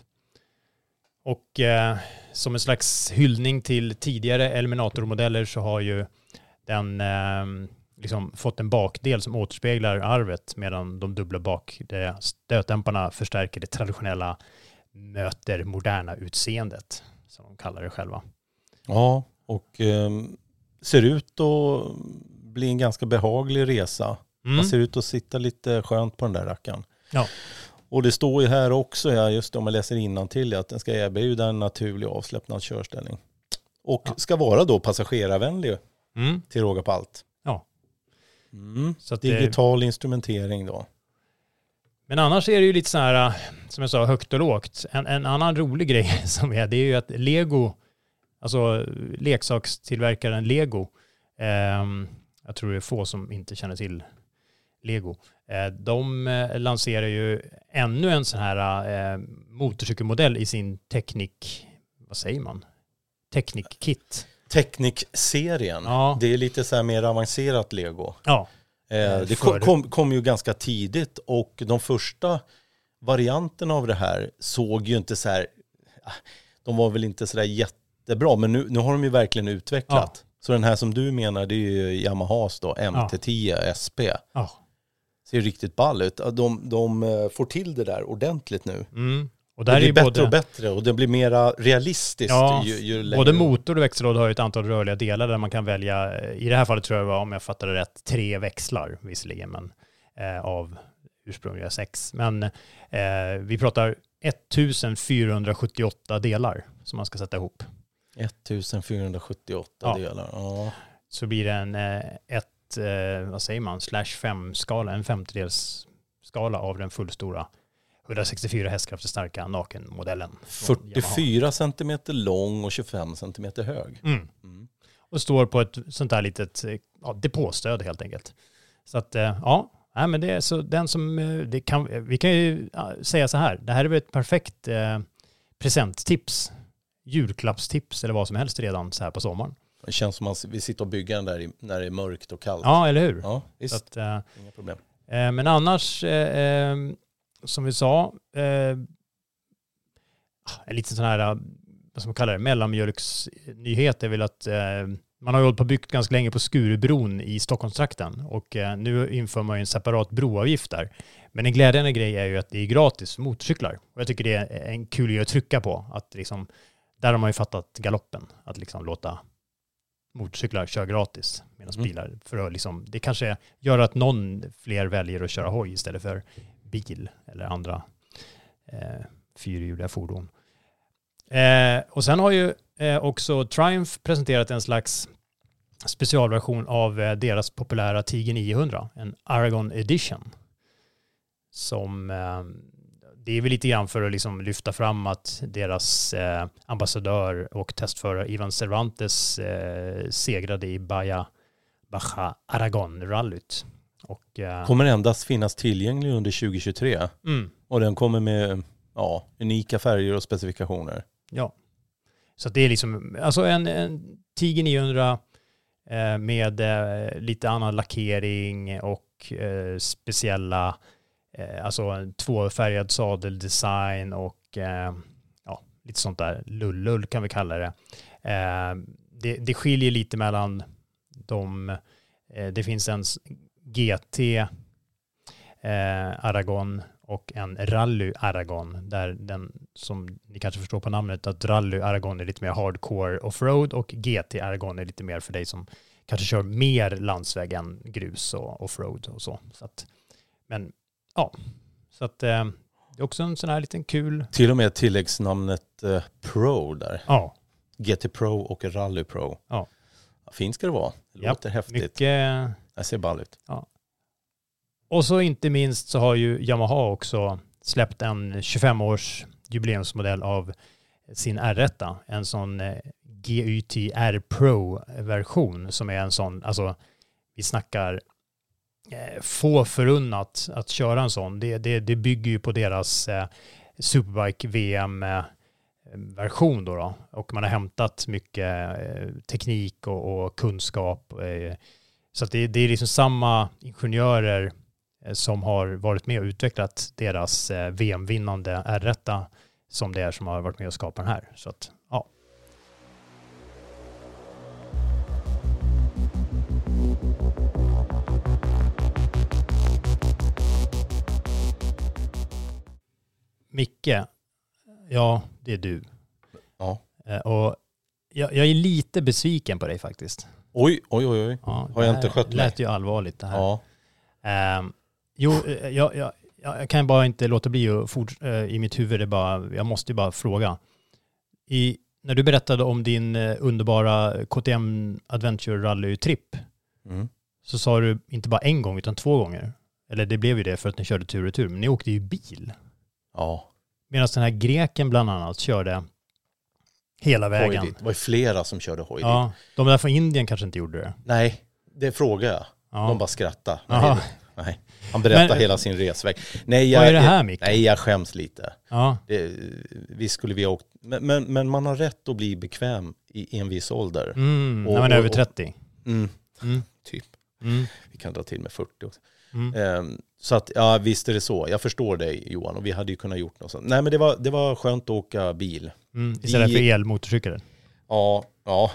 och eh, som en slags hyllning till tidigare Eliminator-modeller så har ju den eh, liksom fått en bakdel som återspeglar arvet, medan de dubbla bak de stötdämparna förstärker det traditionella möter moderna utseendet, som de kallar det själva. Ja, och eh, ser ut att bli en ganska behaglig resa. Mm. Man ser ut att sitta lite skönt på den där rackaren. Ja. Och det står ju här också, ja, just om man läser innantill, att den ska erbjuda en naturlig och avslappnad körställning. Och ja. ska vara då passagerarvänlig mm. till råga på allt. Ja. Mm. Så att digital det... instrumentering då. Men annars är det ju lite så här, som jag sa, högt och lågt. En, en annan rolig grej som är, det är ju att Lego, alltså leksakstillverkaren Lego, eh, jag tror det är få som inte känner till Lego, eh, de eh, lanserar ju ännu en sån här eh, motorcykelmodell i sin Technic, vad säger man? Technic Kit. Technic-serien. Ja. Det är lite så här mer avancerat Lego. Ja. Eh, det kom, kom, kom ju ganska tidigt, och de första varianterna av det här såg ju inte så här, de var väl inte så där jättebra, men nu, nu har de ju verkligen utvecklat. Ja. Så den här som du menar, det är ju Yamahas då, M T tio S P. Ja. Ser riktigt ball ut. De, de får till det där ordentligt nu. Mm. Och där det blir bättre både... och bättre, och det blir mera realistiskt. Ja, ju, ju längre... både motor och växellåda har ju ett antal rörliga delar där man kan välja, i det här fallet tror jag var, om jag fattar det rätt, tre växlar visserligen, men eh, av ursprungliga sex. Men eh, vi pratar ettusensfyrahundrasjuttioåtta delar som man ska sätta ihop. ettusensfyrahundrasjuttioåtta ja. delar, ja. Så blir det en eh, ett, eh, vad säger man, slash fem skala, en femtedels skala av den fullstora hundrasextiofyra hästkrafter starka nakenmodellen. fyrtiofyra centimeter lång och tjugofem centimeter hög. Mm. Mm. Och står på ett sånt här litet ja, depåstöd helt enkelt. Så att ja, nej, men det är så den som det kan vi kan ju säga så här. Det här är väl ett perfekt eh, presenttips, julklappstips eller vad som helst redan så här på sommaren. Det känns som att vi sitter och bygger den där i, när det är mörkt och kallt. Ja, eller hur? Ja, visst. Så att, eh, inga problem. Eh, men annars eh, eh, som vi sa eh, en liten sån här vad ska man kalla det, mellanmjölksnyhet är väl att eh, man har ju hållit på och byggt ganska länge på Skurubron i Stockholmstrakten och eh, nu inför man ju en separat broavgift där. Men en glädjande grej är ju att det är gratis för motorcyklar. Och jag tycker det är en kul grej att trycka på. Att liksom, där har man ju fattat galoppen. Att liksom låta motorcyklar köra gratis medan mm. bilar. För att liksom, det kanske gör att någon fler väljer att köra hoj istället för bil eller andra eh, fyrhjuliga fordon. Eh, och sen har ju eh, också Triumph presenterat en slags specialversion av eh, deras populära Tiger niohundra, en Aragon Edition. Som eh, det är väl lite grann för att liksom lyfta fram att deras eh, ambassadör och testförare Ivan Cervantes eh, segrade i Baja, Baja Aragon-rallyt. Och, eh, kommer endast finnas tillgänglig under tjugo tjugotre. Mm. Och den kommer med ja, unika färger och specifikationer. Ja, så det är liksom alltså en, en Tiger niohundra eh, med eh, lite annan lackering och eh, speciella eh, alltså en tvåfärgad sadeldesign och eh, ja, lite sånt där lullull kan vi kalla det. Eh, det. Det skiljer lite mellan de, eh, det finns en G T eh, Aragon och en Rally Aragon där den, som ni kanske förstår på namnet, att Rally Aragon är lite mer hardcore offroad och G T Aragon är lite mer för dig som kanske kör mer landsväg än grus och offroad och så. Så att, men ja, så att eh, det är också en sån här liten kul... Till och med tilläggsnamnet eh, Pro där. Ja. G T Pro och Rally Pro. Ja. Fint ska det vara. Det låter ja, häftigt. Mycket... Det ser ball ut. Ja. Och så inte minst så har ju Yamaha också släppt en tjugofem-års jubileumsmodell av sin R ett. En sån G Y T R Pro-version som är en sån, alltså vi snackar eh, få förunnat att köra en sån. Det, det, det bygger ju på deras eh, Superbike V M-version då, då. Och man har hämtat mycket eh, teknik och, och kunskap. Eh, så att det, det är liksom samma ingenjörer som har varit med och utvecklat deras V M-vinnande R ett som det är som har varit med och skapat den här. Så att, ja. Micke, ja, det är du. Ja. Och jag, jag är lite besviken på dig faktiskt. Oj, oj, oj. oj. Ja, har jag inte skött mig? Det lät ju allvarligt det här. Ja. Um, jo, jag, jag, jag kan bara inte låta bli att fort, uh, i mitt huvud, det bara, jag måste ju bara fråga. I, när du berättade om din uh, underbara K T M Adventure Rally-tripp mm. så sa du inte bara en gång utan två gånger. Eller det blev ju det för att ni körde tur och tur, men ni åkte ju bil. Ja. Medan den här greken bland annat körde hela vägen. Hojdigt. Det var ju flera som körde hojdigt. Ja, de där från Indien kanske inte gjorde det. Nej, det frågar jag. Ja. De bara skrattade. Nej, nej. Han berättar men, hela sin resväg. Nej, jag, vad är det här, Micke? Nej, jag skäms lite. Ja. Det, vi skulle vi ha åkt. Men, men, men man har rätt att bli bekväm i, i en viss ålder. Mm, och, när man är och, över trettio. Mm, mm. Typ. Mm. Vi kan dra till med fyrtio också. Mm. Um, så att, ja, visst är det så. Jag förstår dig, Johan, och vi hade ju kunnat gjort något sånt. Nej, men det var, det var skönt att åka bil. Mm, istället vi, för elmotorcykel. Ja, ja.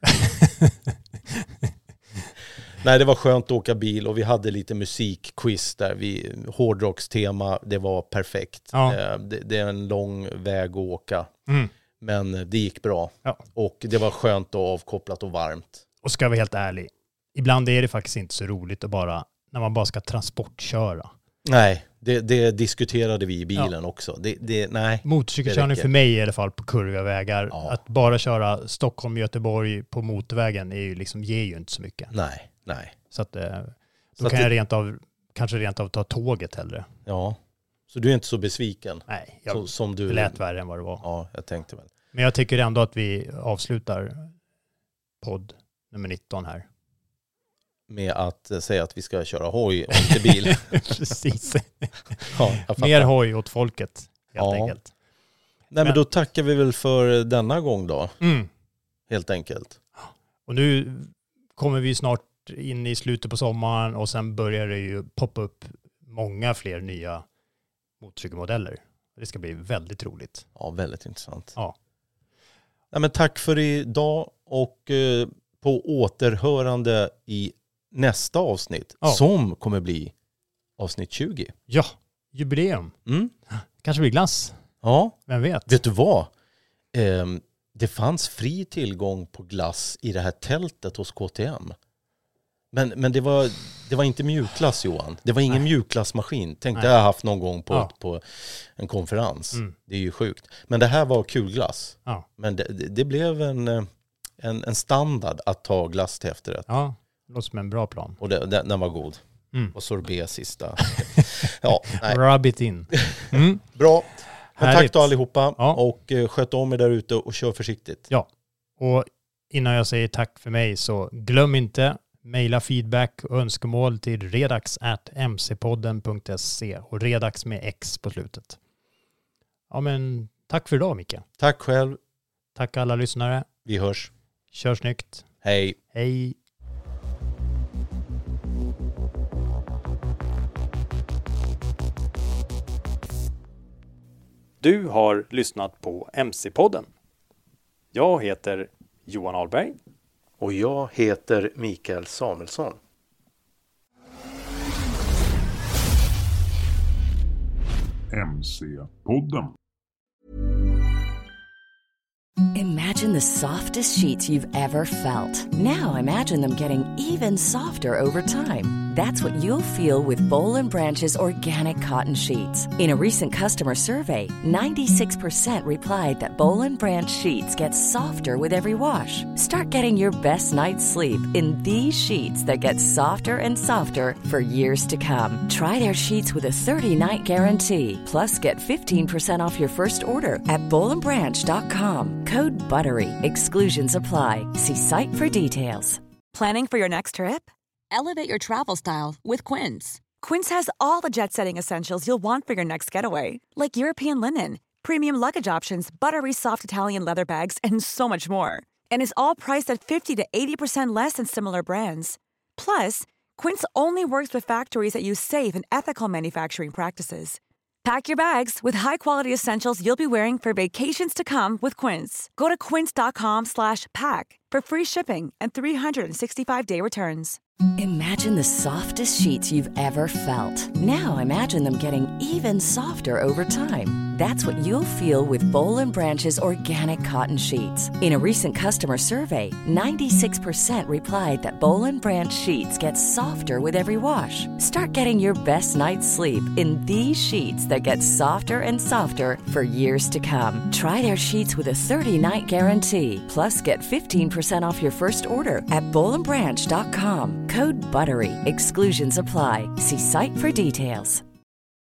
Nej, det var skönt att åka bil och vi hade lite musikquiz där. Vi, hårdrockstema, det var perfekt. Ja. Det, det är en lång väg att åka. Mm. Men det gick bra. Ja. Och det var skönt och avkopplat och varmt. Och ska jag vara helt ärlig, ibland är det faktiskt inte så roligt att bara, när man bara ska transportköra. Nej, det, det diskuterade vi i bilen ja. också. Det, det, nej, motorcykelkörning för mig i alla fall på kurviga vägar. Ja. Att bara köra Stockholm-Göteborg på motorvägen är ju liksom, ger ju inte så mycket. Nej, nej. Så att, då så kan att jag det... rent av, kanske rent av ta tåget hellre. Ja. Så du är inte så besviken? Nej, jag, så, som du... det lät värre än vad det var. Ja, jag tänkte väl. Men jag tycker ändå att vi avslutar podd nummer nitton här. Med att säga att vi ska köra hoj och inte bil. Precis. Ja, mer hoj åt folket, helt ja. enkelt. Nej, men, men då tackar vi väl för denna gång då. Mm. Helt enkelt. Och nu kommer vi snart in i slutet på sommaren och sen börjar det ju poppa upp många fler nya motorcykelmodeller. Det ska bli väldigt roligt. Ja, väldigt intressant. Ja. Nej, men tack för idag och eh, på återhörande i nästa avsnitt ja. Som kommer bli avsnitt tjugo. Ja, jubileum. Mm. Kanske blir glass. Ja. Vem vet? Vet du vad? Eh, det fanns fri tillgång på glass i det här tältet hos K T M. Men, men det, var, det var inte mjukglass, Johan. Det var ingen Nej. mjukglassmaskin. Tänkte jag haft någon gång på, ja. på en konferens. Mm. Det är ju sjukt. Men det här var kulglass. Ja. Men det, det blev en, en, en standard att ta glass till efterrätt. Ja, det låter som en bra plan. Och det, den, den var god. Mm. Och sorbet sista. ja, nej. Rub it in. Mm. Bra. Men tack då allihopa. Ja. Och eh, sköt om er där ute och kör försiktigt. Ja, och innan jag säger tack för mig så glöm inte mejla feedback och önskemål till redax at m c podden punkt se och redax med X på slutet. Ja, men tack för idag, Micke. Tack själv. Tack alla lyssnare. Vi hörs. Kör snyggt. Hej. Hej. Du har lyssnat på M C-podden. Jag heter Johan Ahlberg. Och jag heter Mikael Samuelsson. M C-podden. Imagine the softest sheets you've ever felt. Now imagine them getting even softer over time. That's what you'll feel with Boll and Branch's organic cotton sheets. In a recent customer survey, ninety-six percent replied that Boll and Branch sheets get softer with every wash. Start getting your best night's sleep in these sheets that get softer and softer for years to come. Try their sheets with a thirty-night guarantee. Plus, get fifteen percent off your first order at boll and branch dot com. Code BUTTERY. Exclusions apply. See site for details. Planning for your next trip? Elevate your travel style with Quince. Quince has all the jet-setting essentials you'll want for your next getaway, like European linen, premium luggage options, buttery soft Italian leather bags, and so much more. And is all priced at fifty to eighty percent less than similar brands. Plus, Quince only works with factories that use safe and ethical manufacturing practices. Pack your bags with high-quality essentials you'll be wearing for vacations to come with Quince. Go to quince dot com slash pack for free shipping and three sixty-five day returns. Imagine the softest sheets you've ever felt. Now imagine them getting even softer over time. That's what you'll feel with Boll and Branch's organic cotton sheets. In a recent customer survey, ninety-six percent replied that Boll and Branch sheets get softer with every wash. Start getting your best night's sleep in these sheets that get softer and softer for years to come. Try their sheets with a thirty-night guarantee. Plus, get fifteen percent off your first order at boll and branch dot com. Code BUTTERY. Exclusions apply. See site for details.